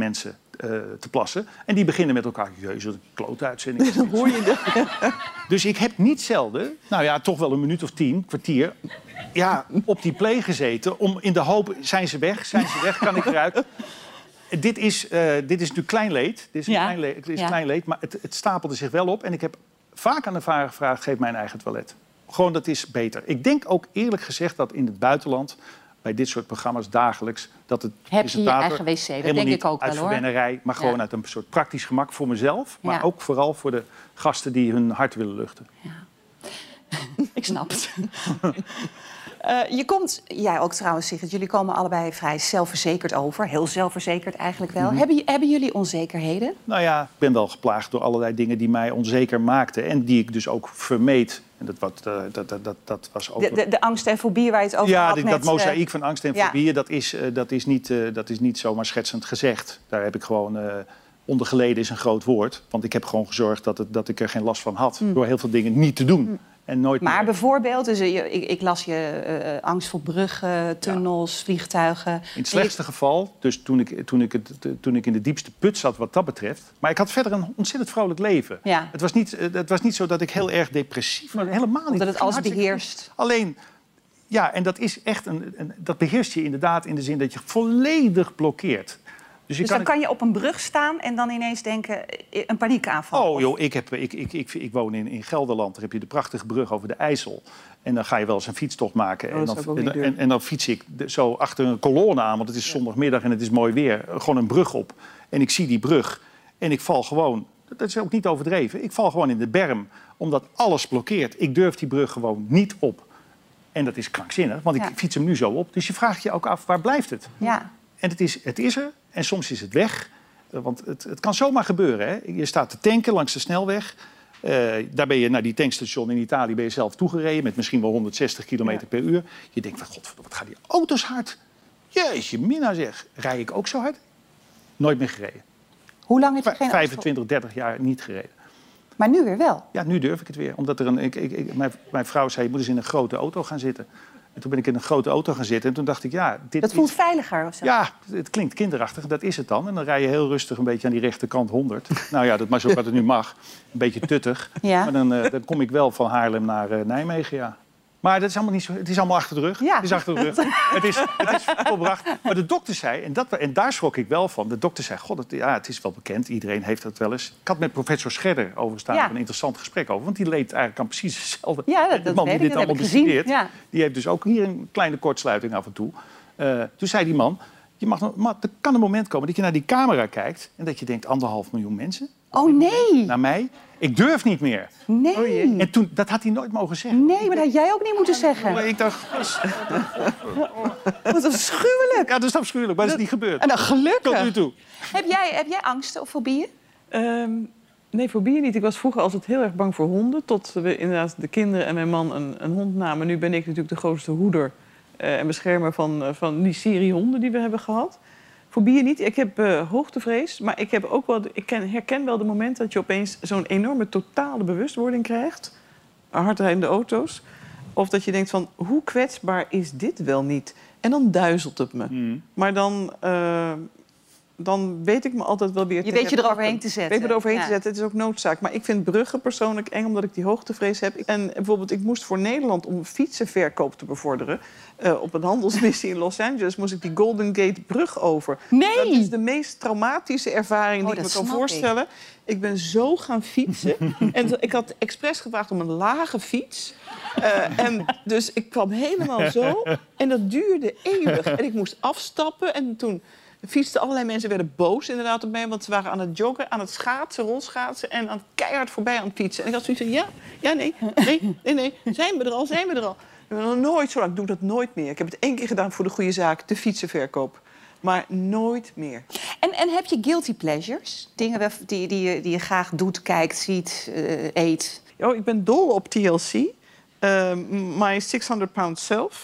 te plassen. En die beginnen met elkaar, jezus, een klote uitzending. Dan hoor je Dus ik heb niet zelden, nou ja, toch wel een minuut of 10, kwartier... ja, op die play gezeten om in de hoop, zijn ze weg, kan ik eruit... Dit is natuurlijk klein leed. Klein leed, maar het stapelde zich wel op. En ik heb vaak aan de VARA gevraagd, geef mij een eigen toilet. Gewoon, dat is beter. Ik denk ook eerlijk gezegd dat in het buitenland... bij dit soort programma's dagelijks... dat het heb je je eigen wc, dat denk ik ook wel, hoor. Uit verwennerij, maar gewoon uit een soort praktisch gemak voor mezelf. Maar ook vooral voor de gasten die hun hart willen luchten. Ja. Ik snap het. Je komt, jij ook trouwens, Sigrid, jullie komen allebei vrij zelfverzekerd over. Heel zelfverzekerd eigenlijk wel. Hebben jullie onzekerheden? Nou ja, ik ben wel geplaagd door allerlei dingen die mij onzeker maakten. En die ik dus ook vermeed. En dat was ook... De angst en fobie waar je het over had met... Ja, dat mozaïek van angst en fobie, dat is niet zomaar schetsend gezegd. Daar heb ik gewoon... onder geleden is een groot woord. Want ik heb gewoon gezorgd dat ik er geen last van had. Door heel veel dingen niet te doen. En nooit maar meer. Bijvoorbeeld, dus ik las je angst voor bruggen, tunnels, vliegtuigen. In het slechtste geval, dus toen ik in de diepste put zat wat dat betreft. Maar ik had verder een ontzettend vrolijk leven. Ja. Het was niet zo dat ik heel erg depressief was. Helemaal niet. Omdat het alles beheerst. Alleen, ja, en dat is echt dat beheerst je inderdaad in de zin dat je volledig blokkeert. Dus dan kan je op een brug staan en dan ineens denken, een paniekaanval. Oh joh, ik woon in Gelderland. Daar heb je de prachtige brug over de IJssel. En dan ga je wel eens een fietstocht maken. En dan fiets ik zo achter een kolonne aan, want het is zondagmiddag en het is mooi weer. Gewoon een brug op. En ik zie die brug en ik val gewoon, dat is ook niet overdreven, ik val gewoon in de berm. Omdat alles blokkeert. Ik durf die brug gewoon niet op. En dat is krankzinnig, want ik fiets hem nu zo op. Dus je vraagt je ook af, waar blijft het? Ja. En het is er. En soms is het weg. Want het kan zomaar gebeuren. Hè? Je staat te tanken langs de snelweg. Daar ben je naar die tankstation in Italië ben je zelf toegereden... met misschien wel 160 kilometer per uur. Je denkt, godverdomme, wat gaan die auto's hard? Jeetje, mina zeg. Rij ik ook zo hard? Nooit meer gereden. Hoe lang heb je geen 25, 30 jaar niet gereden. Maar nu weer wel? Ja, nu durf ik het weer. Omdat mijn vrouw zei, je moet eens in een grote auto gaan zitten. En toen ben ik in een grote auto gaan zitten en toen dacht ik, ja... Dat voelt veiliger of zo? Ja, het klinkt kinderachtig, dat is het dan. En dan rij je heel rustig een beetje aan die rechterkant 100. Nou ja, dat is ook wat het nu mag. Een beetje tuttig. Ja. Maar dan kom ik wel van Haarlem naar Nijmegen, ja. Maar dat is allemaal niet zo, het is allemaal achter de rug. Ja. Het is achter de rug. Het is volbracht. Maar de dokter zei, en daar schrok ik wel van... de dokter zei, het is wel bekend, iedereen heeft dat wel eens. Ik had met professor Scherder een interessant gesprek over... want die leed eigenlijk aan precies hetzelfde. Ja, de man die dit allemaal bestudeert, die heeft dus ook hier een kleine kortsluiting af en toe. Toen zei die man, er kan een moment komen dat je naar die camera kijkt... en dat je denkt, 1,5 miljoen mensen... Oh nee! Naar mij. Ik durf niet meer. Nee. En toen, dat had hij nooit mogen zeggen. Nee, maar dat had jij ook niet moeten zeggen. Maar ik dacht... Wat afschuwelijk. Ja, dat is afschuwelijk, maar dat is niet gebeurd. En dan gelukkig. Tot nu toe. Heb jij angsten of fobieën? Nee, fobieën niet. Ik was vroeger altijd heel erg bang voor honden. Tot we inderdaad de kinderen en mijn man een hond namen. Nu ben ik natuurlijk de grootste hoeder en beschermer van die serie honden die we hebben gehad. Fobieën niet. Ik heb hoogtevrees, maar ik heb ook wel, herken wel de momenten dat je opeens zo'n enorme totale bewustwording krijgt. Hardrijdende auto's. Of dat je denkt van, hoe kwetsbaar is dit wel niet? En dan duizelt het me. Maar dan weet ik me altijd wel weer... Je weet je eroverheen te zetten. Weet me eroverheen te zetten. Het is ook noodzaak. Maar ik vind bruggen persoonlijk eng, omdat ik die hoogtevrees heb. En bijvoorbeeld, ik moest voor Nederland om fietsenverkoop te bevorderen... op een handelsmissie in Los Angeles moest ik die Golden Gate brug over. Nee! Dat is de meest traumatische ervaring die ik me kan voorstellen. Ik ben zo gaan fietsen. En ik had expres gevraagd om een lage fiets. En dus ik kwam helemaal zo. En dat duurde eeuwig. En ik moest afstappen. En toen fietsten allerlei mensen, werden boos inderdaad op mij. Want ze waren aan het joggen, aan het schaatsen, rolschaatsen. En aan keihard voorbij aan het fietsen. En ik had zoiets van, nee. Zijn we er al? Ik ben nog nooit zo lang. Ik doe dat nooit meer. Ik heb het 1 keer gedaan voor de goede zaak, de fietsenverkoop. Maar nooit meer. En heb je guilty pleasures? Dingen die je graag doet, kijkt, ziet, eet? Ik ben dol op TLC. My 600 Pound Self.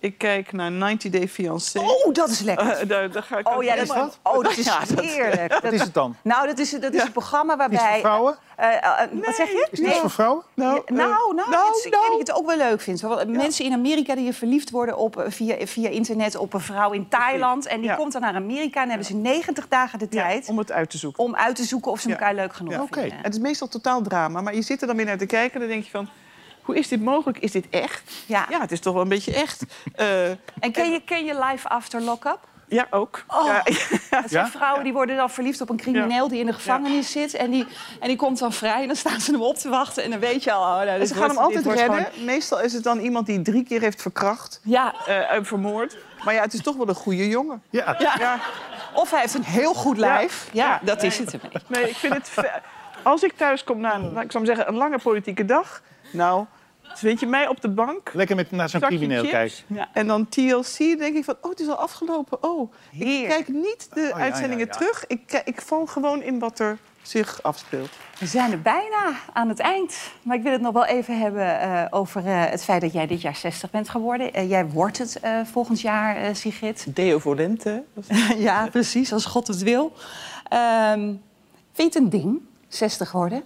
Ik kijk naar 90 Day Fiancé. Oh, dat is lekker. Daar ga ik Oh ja, dat is heerlijk. Wat is het dan? Nou, dat is een programma waarbij... Is het voor vrouwen? Wat zeg je? Is het iets voor vrouwen? Ik denk het ook wel leuk vind. Mensen in Amerika die verliefd worden via internet op een vrouw in Thailand. En die komt dan naar Amerika en hebben ze 90 dagen de tijd... om het uit te zoeken. Om uit te zoeken of ze elkaar leuk genoeg vinden. Het is meestal totaal drama, maar je zit er dan weer naar te kijken en dan denk je van... Hoe is dit mogelijk? Is dit echt? Ja, het is toch wel een beetje echt. En ken je Life After Lockup? Ja, ook. Oh, dat zijn vrouwen die worden dan verliefd op een crimineel die in de gevangenis zit. En die komt dan vrij en dan staan ze hem op te wachten. En dan weet je al... en ze gaan hem altijd redden. Gewoon... Meestal is het dan iemand die 3 keer heeft verkracht. Vermoord. Maar het is toch wel een goede jongen. Ja. Of hij heeft een heel goed lijf. Ja, dat is het. Nee, ik vind het... Als ik thuis kom na een lange politieke dag... Nou, weet je, mij op de bank... Lekker naar zo'n crimineel kijken. Ja. En dan TLC, denk ik van, het is al afgelopen. Ik kijk niet de uitzendingen terug. Ik val gewoon in wat er zich afspeelt. We zijn er bijna aan het eind. Maar ik wil het nog wel even hebben over het feit dat jij dit jaar 60 bent geworden. Jij wordt het volgend jaar, Sigrid. Deo volente. Ja, precies, als God het wil. Vind je het een ding, 60 worden?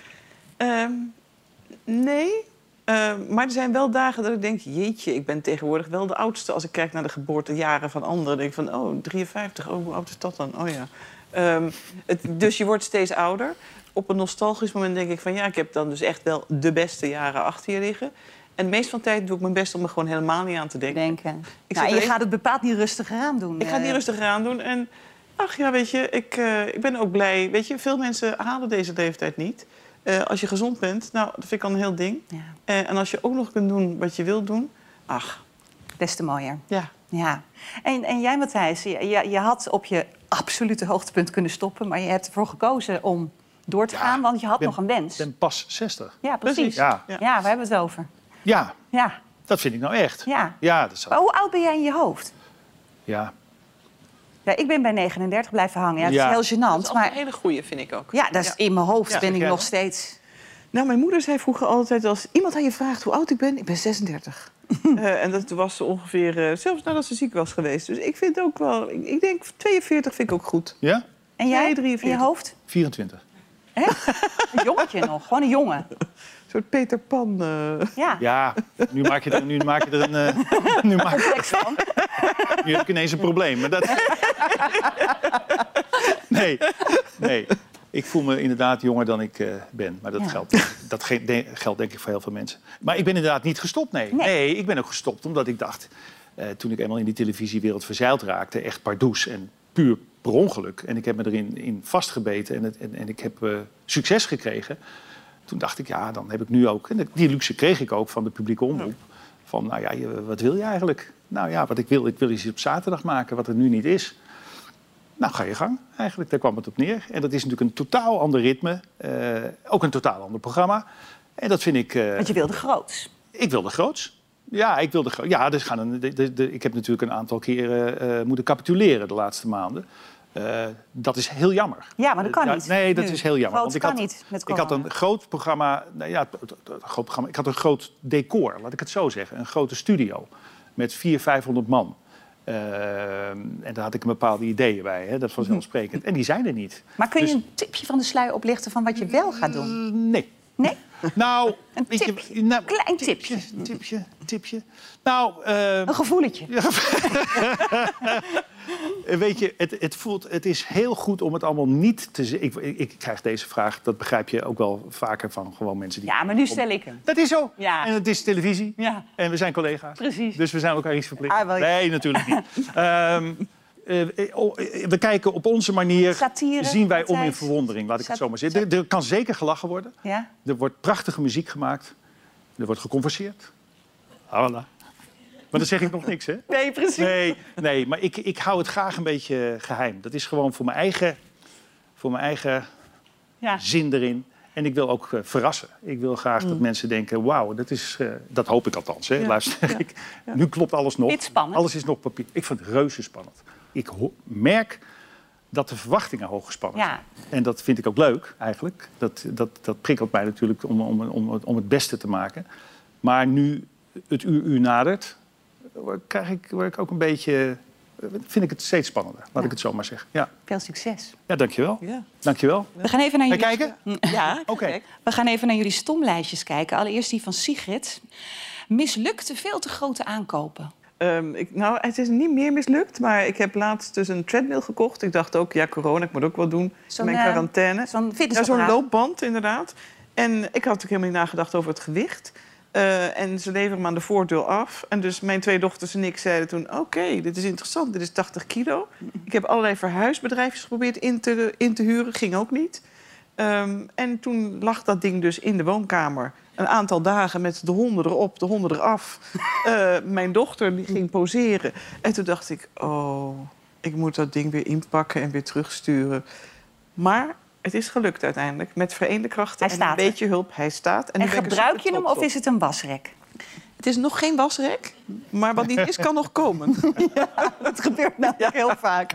Nee, maar er zijn wel dagen dat ik denk... jeetje, ik ben tegenwoordig wel de oudste. Als ik kijk naar de geboortejaren van anderen... denk ik van, 53, hoe oud is dat dan? Dus je wordt steeds ouder. Op een nostalgisch moment denk ik van... ik heb dan dus echt wel de beste jaren achter je liggen. En de meeste van de tijd doe ik mijn best om er gewoon helemaal niet aan te denken. En je gaat het bepaald niet rustiger aan doen. Ik ga het niet rustiger aan doen. En weet je, ik ben ook blij. Weet je, veel mensen halen deze leeftijd niet... als je gezond bent, dat vind ik al een heel ding. Ja. En als je ook nog kunt doen wat je wilt doen, des te mooier. Ja. En jij, Matthijs, je had op je absolute hoogtepunt kunnen stoppen... maar je hebt ervoor gekozen om door te gaan, want je had nog een wens. Ik ben pas 60. Ja, precies. Ja, waar hebben we het over? Ja, dat vind ik nou echt. Ja. Maar hoe oud ben jij in je hoofd? Ja, ik ben bij 39 blijven hangen. Ja, dat is heel gênant. Dat is een hele goeie, vind ik ook. Ja, dat is in mijn hoofd ben ik nog steeds... Nou, mijn moeder zei vroeger altijd... als iemand aan je vraagt hoe oud ik ben 36. En dat was ze ongeveer... zelfs nadat ze ziek was geweest. Dus ik vind ook wel... Ik denk 42 vind ik ook goed. Ja? En jij 43. In je hoofd? 24. Echt? Een jongetje nog. Gewoon een jongen. Een soort Peter Pan. Ja, nu maak je er een... complex van. Nu heb ik ineens een probleem. Maar dat... Nee. Ik voel me inderdaad jonger dan ik ben. Maar dat geldt denk ik voor heel veel mensen. Maar ik ben inderdaad niet gestopt, nee. Ik ben ook gestopt omdat ik dacht... toen ik eenmaal in die televisiewereld verzeild raakte... echt pardoes en puur per ongeluk. En ik heb me erin vastgebeten en ik heb succes gekregen. Toen dacht ik, dan heb ik nu ook... En die luxe kreeg ik ook van de publieke omroep. Van, wat wil je eigenlijk? Wat ik wil iets op zaterdag maken, wat er nu niet is. Nou, ga je gang, eigenlijk. Daar kwam het op neer. En dat is natuurlijk een totaal ander ritme. Ook een totaal ander programma. En dat vind ik... Want je wilde groots. Ik wilde groots. Ja, ik wilde groots. Ja, ik heb natuurlijk een aantal keren moeten capituleren de laatste maanden. Dat is heel jammer. Ja, maar dat kan niet. Nee, dat is heel jammer. Want ik had een groot programma... Ik had een groot decor, laat ik het zo zeggen. Een grote studio met 400-500 man. En daar had ik een bepaalde ideeën bij, dat is vanzelfsprekend. En die zijn er niet. Maar kun je een tipje van de sluier oplichten van wat je wel gaat doen? Nee. Nee? Nou, een tipje. Klein tipje. Nou, een gevoeletje. Weet je, het is heel goed om het allemaal niet te zeggen. Ik krijg deze vraag, dat begrijp je ook wel vaker van gewoon mensen die... Ja, maar nu stel ik hem. Dat is zo. Ja. En het is televisie. Ja. En we zijn collega's. Precies. Dus we zijn elkaar iets verplicht. Nee, natuurlijk niet. We kijken op onze manier, satire, zien wij om in verwondering, laat ik het zo maar zeggen. Er kan zeker gelachen worden. Ja? Er wordt prachtige muziek gemaakt. Er wordt geconverseerd. Voilà. Maar dan zeg ik nog niks, hè? Nee, precies. Nee, maar ik hou het graag een beetje geheim. Dat is gewoon voor mijn eigen zin erin. En ik wil ook verrassen. Ik wil graag dat mensen denken, wauw, dat hoop ik althans. Hè? Ja. Luister, nu klopt alles nog. Alles is nog papier. Ik vind het reuze spannend. Ik merk dat de verwachtingen hoog gespannen zijn. En dat vind ik ook leuk, eigenlijk. Dat prikkelt mij natuurlijk om het beste te maken. Maar nu het uur nadert, word ik ook een beetje... Vind ik het steeds spannender, laat ik het zo maar zeggen. Ja. Veel succes. Ja, dankjewel. Ja. Dankjewel. We gaan even naar jullie... kijken? Ja, Oké. We gaan even naar jullie stomlijstjes kijken. Allereerst die van Sigrid. Mislukte veel te grote aankopen. Het is niet meer mislukt, maar ik heb laatst dus een treadmill gekocht. Ik dacht ook, ja, corona, ik moet ook wat doen in mijn quarantaine. Zo'n loopband, inderdaad. En ik had ook helemaal niet nagedacht over het gewicht. En ze leveren me aan de voordeur af. En dus mijn 2 dochters en ik zeiden toen... oké, dit is interessant, dit is 80 kilo. Ik heb allerlei verhuisbedrijfjes geprobeerd in te huren. Ging ook niet. En toen lag dat ding dus in de woonkamer... een aantal dagen met de honden erop, de honden eraf. Mijn dochter die ging poseren. En toen dacht ik, ik moet dat ding weer inpakken en weer terugsturen. Maar het is gelukt uiteindelijk. Met vereende krachten en een beetje hulp. Hij staat. En gebruik je hem of is het een wasrek? Het is nog geen wasrek, maar wat niet is, kan nog komen. Ja, dat gebeurt namelijk heel vaak.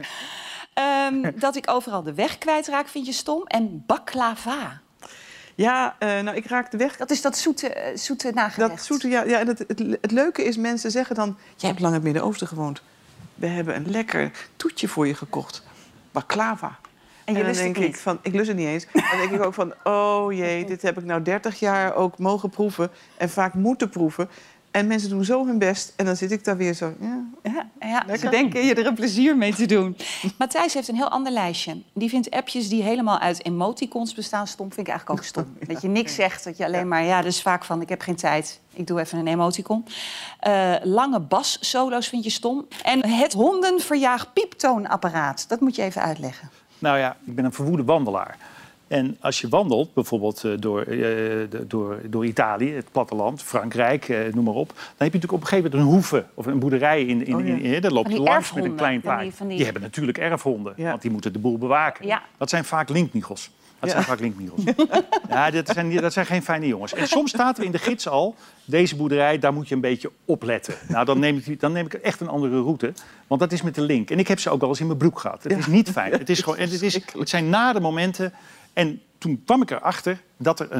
Dat ik overal de weg kwijtraak, vind je stom. En baklava. Ja, ik raak de weg... Dat is dat zoete nagerecht. Dat zoete, ja. En het leuke is, mensen zeggen dan... jij hebt lang in het Midden-Oosten gewoond. We hebben een lekker toetje voor je gekocht. Baklava. En je lust het niet? Ik lust het niet eens. Dan denk ik ook van, oh jee, dit heb ik nou 30 jaar ook mogen proeven. En vaak moeten proeven. En mensen doen zo hun best. En dan zit ik daar weer zo... Ja, ze denken je er een plezier mee te doen. Matthijs heeft een heel ander lijstje. Die vindt appjes die helemaal uit emoticons bestaan stom. Vind ik eigenlijk ook stom. Dat je niks zegt, dat je alleen maar... Ja, dus vaak van, ik heb geen tijd. Ik doe even een emoticon. Lange bas-solo's vind je stom. En het hondenverjaag pieptoonapparaat. Dat moet je even uitleggen. Nou ja, ik ben een verwoede wandelaar. En als je wandelt, bijvoorbeeld door Italië, het platteland, Frankrijk, noem maar op... dan heb je natuurlijk op een gegeven moment een hoeve of een boerderij. Daar loopt je langs met een klein paard. Die hebben natuurlijk erfhonden, want die moeten de boel bewaken. Ja. Dat zijn vaak linkniggels. Ja, dat zijn geen fijne jongens. En soms staat er in de gids al, deze boerderij, daar moet je een beetje opletten. Nou, dan neem ik echt een andere route. Want dat is met de link. En ik heb ze ook wel eens in mijn broek gehad. Het is niet fijn. Het zijn nare momenten. En toen kwam ik erachter dat er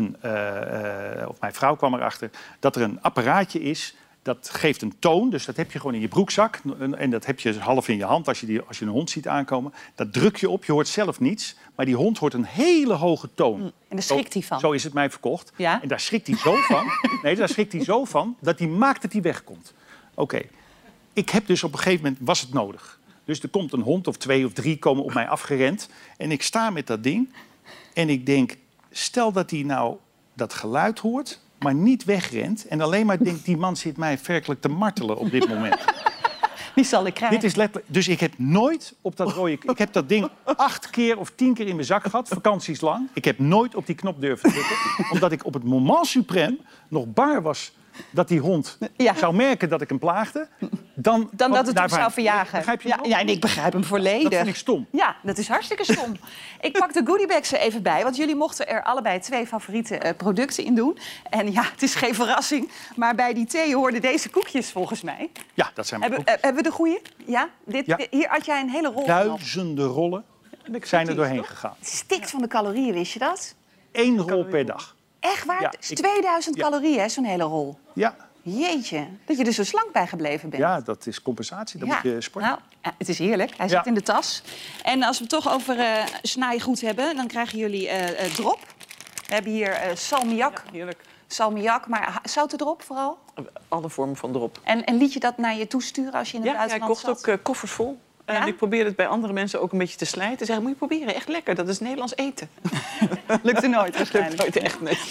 of mijn vrouw kwam erachter, dat er een apparaatje is. Dat geeft een toon, dus dat heb je gewoon in je broekzak. En dat heb je half in je hand als je een hond ziet aankomen. Dat druk je op, je hoort zelf niets. Maar die hond hoort een hele hoge toon. En daar schrikt hij van. Zo is het mij verkocht. Ja? En daar schrikt hij zo van. Nee, daar schrikt hij zo van dat hij maakt dat hij wegkomt. Oké. Ik heb dus op een gegeven moment, was het nodig. Dus er komt een hond of 2 of 3 komen op mij afgerend. En ik sta met dat ding. En ik denk, stel dat hij nou dat geluid hoort, maar niet wegrent. En alleen maar denkt, die man zit mij werkelijk te martelen op dit moment. Die zal ik krijgen. Dit is letterlijk. Dus ik heb nooit op dat rode... Ik heb dat ding 8 keer of 10 keer in mijn zak gehad, vakanties lang. Ik heb nooit op die knop durven drukken. Omdat ik op het moment suprême nog bar was dat die hond zou merken dat ik hem plaagde. Dan dat het hem zou verjagen. Begrijp je ja, en ik begrijp hem volledig. Dat vind ik stom. Ja, dat is hartstikke stom. Ik pak de goodiebags er even bij, want jullie mochten er allebei 2 favoriete producten in doen. En ja, het is geen verrassing, maar bij die thee hoorden deze koekjes volgens mij. Ja, dat zijn mijn koekjes. Hebben we de goeie? Ja? Hier had jij een hele rol. Duizenden rollen zijn er doorheen gegaan. Het stikt van de calorieën, wist je dat? 1 rol per dag. Echt waar? Het is 2000 calorieën, zo'n hele rol. Ja. Jeetje, dat je er zo slank bij gebleven bent. Ja, dat is compensatie. Dan moet je sporten. Nou, het is heerlijk. Hij zit in de tas. En als we het toch over snaaigoed hebben, dan krijgen jullie drop. We hebben hier salmiak. Ja, heerlijk. Salmiak, maar zouten drop vooral? Alle vormen van drop. En liet je dat naar je toesturen als je in het buitenland zat? Ja, ik kocht ook koffers vol. En ik probeerde het bij andere mensen ook een beetje te slijten. Zeggen, moet je proberen, echt lekker. Dat is Nederlands eten. Lukte nooit waarschijnlijk. Lukte nooit, echt nee.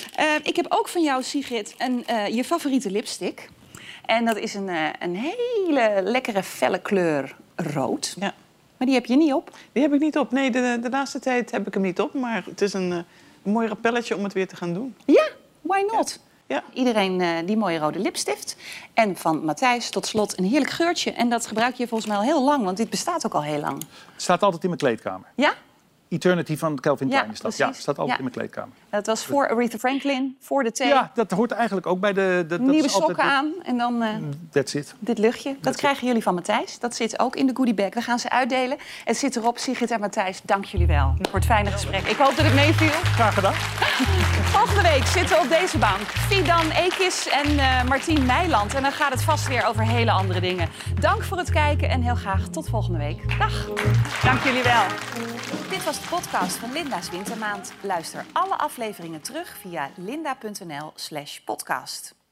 Ik heb ook van jou, Sigrid, je favoriete lipstick. En dat is een hele lekkere felle kleur rood. Ja. Maar die heb je niet op? Die heb ik niet op. Nee, de laatste tijd heb ik hem niet op. Maar het is een mooi rappelletje om het weer te gaan doen. Ja, why not? Ja. Iedereen die mooie rode lipstift. En van Matthijs tot slot een heerlijk geurtje. En dat gebruik je volgens mij al heel lang, want dit bestaat ook al heel lang. Het staat altijd in mijn kleedkamer. Ja? Eternity van Calvin Klein is dat. Ja, precies. staat altijd in mijn kleedkamer. Dat was voor Aretha Franklin, voor de thee. Ja, dat hoort eigenlijk ook bij de... Nieuwe sokken aan en dan That's it. dit luchtje. Dat krijgen jullie van Matthijs. Dat zit ook in de goodiebag. We gaan ze uitdelen. Het zit erop. Sigrid en Matthijs, dank jullie wel voor het fijne gesprek. Ik hoop dat het meeviel. Graag gedaan. Volgende week zitten op deze bank Fidan Ekis en Martien Meiland. En dan gaat het vast weer over hele andere dingen. Dank voor het kijken en heel graag tot volgende week. Dag. Dank jullie wel. Dit was de podcast van Linda's Wintermaand. Luister alle afleveringen terug via linda.nl/podcast.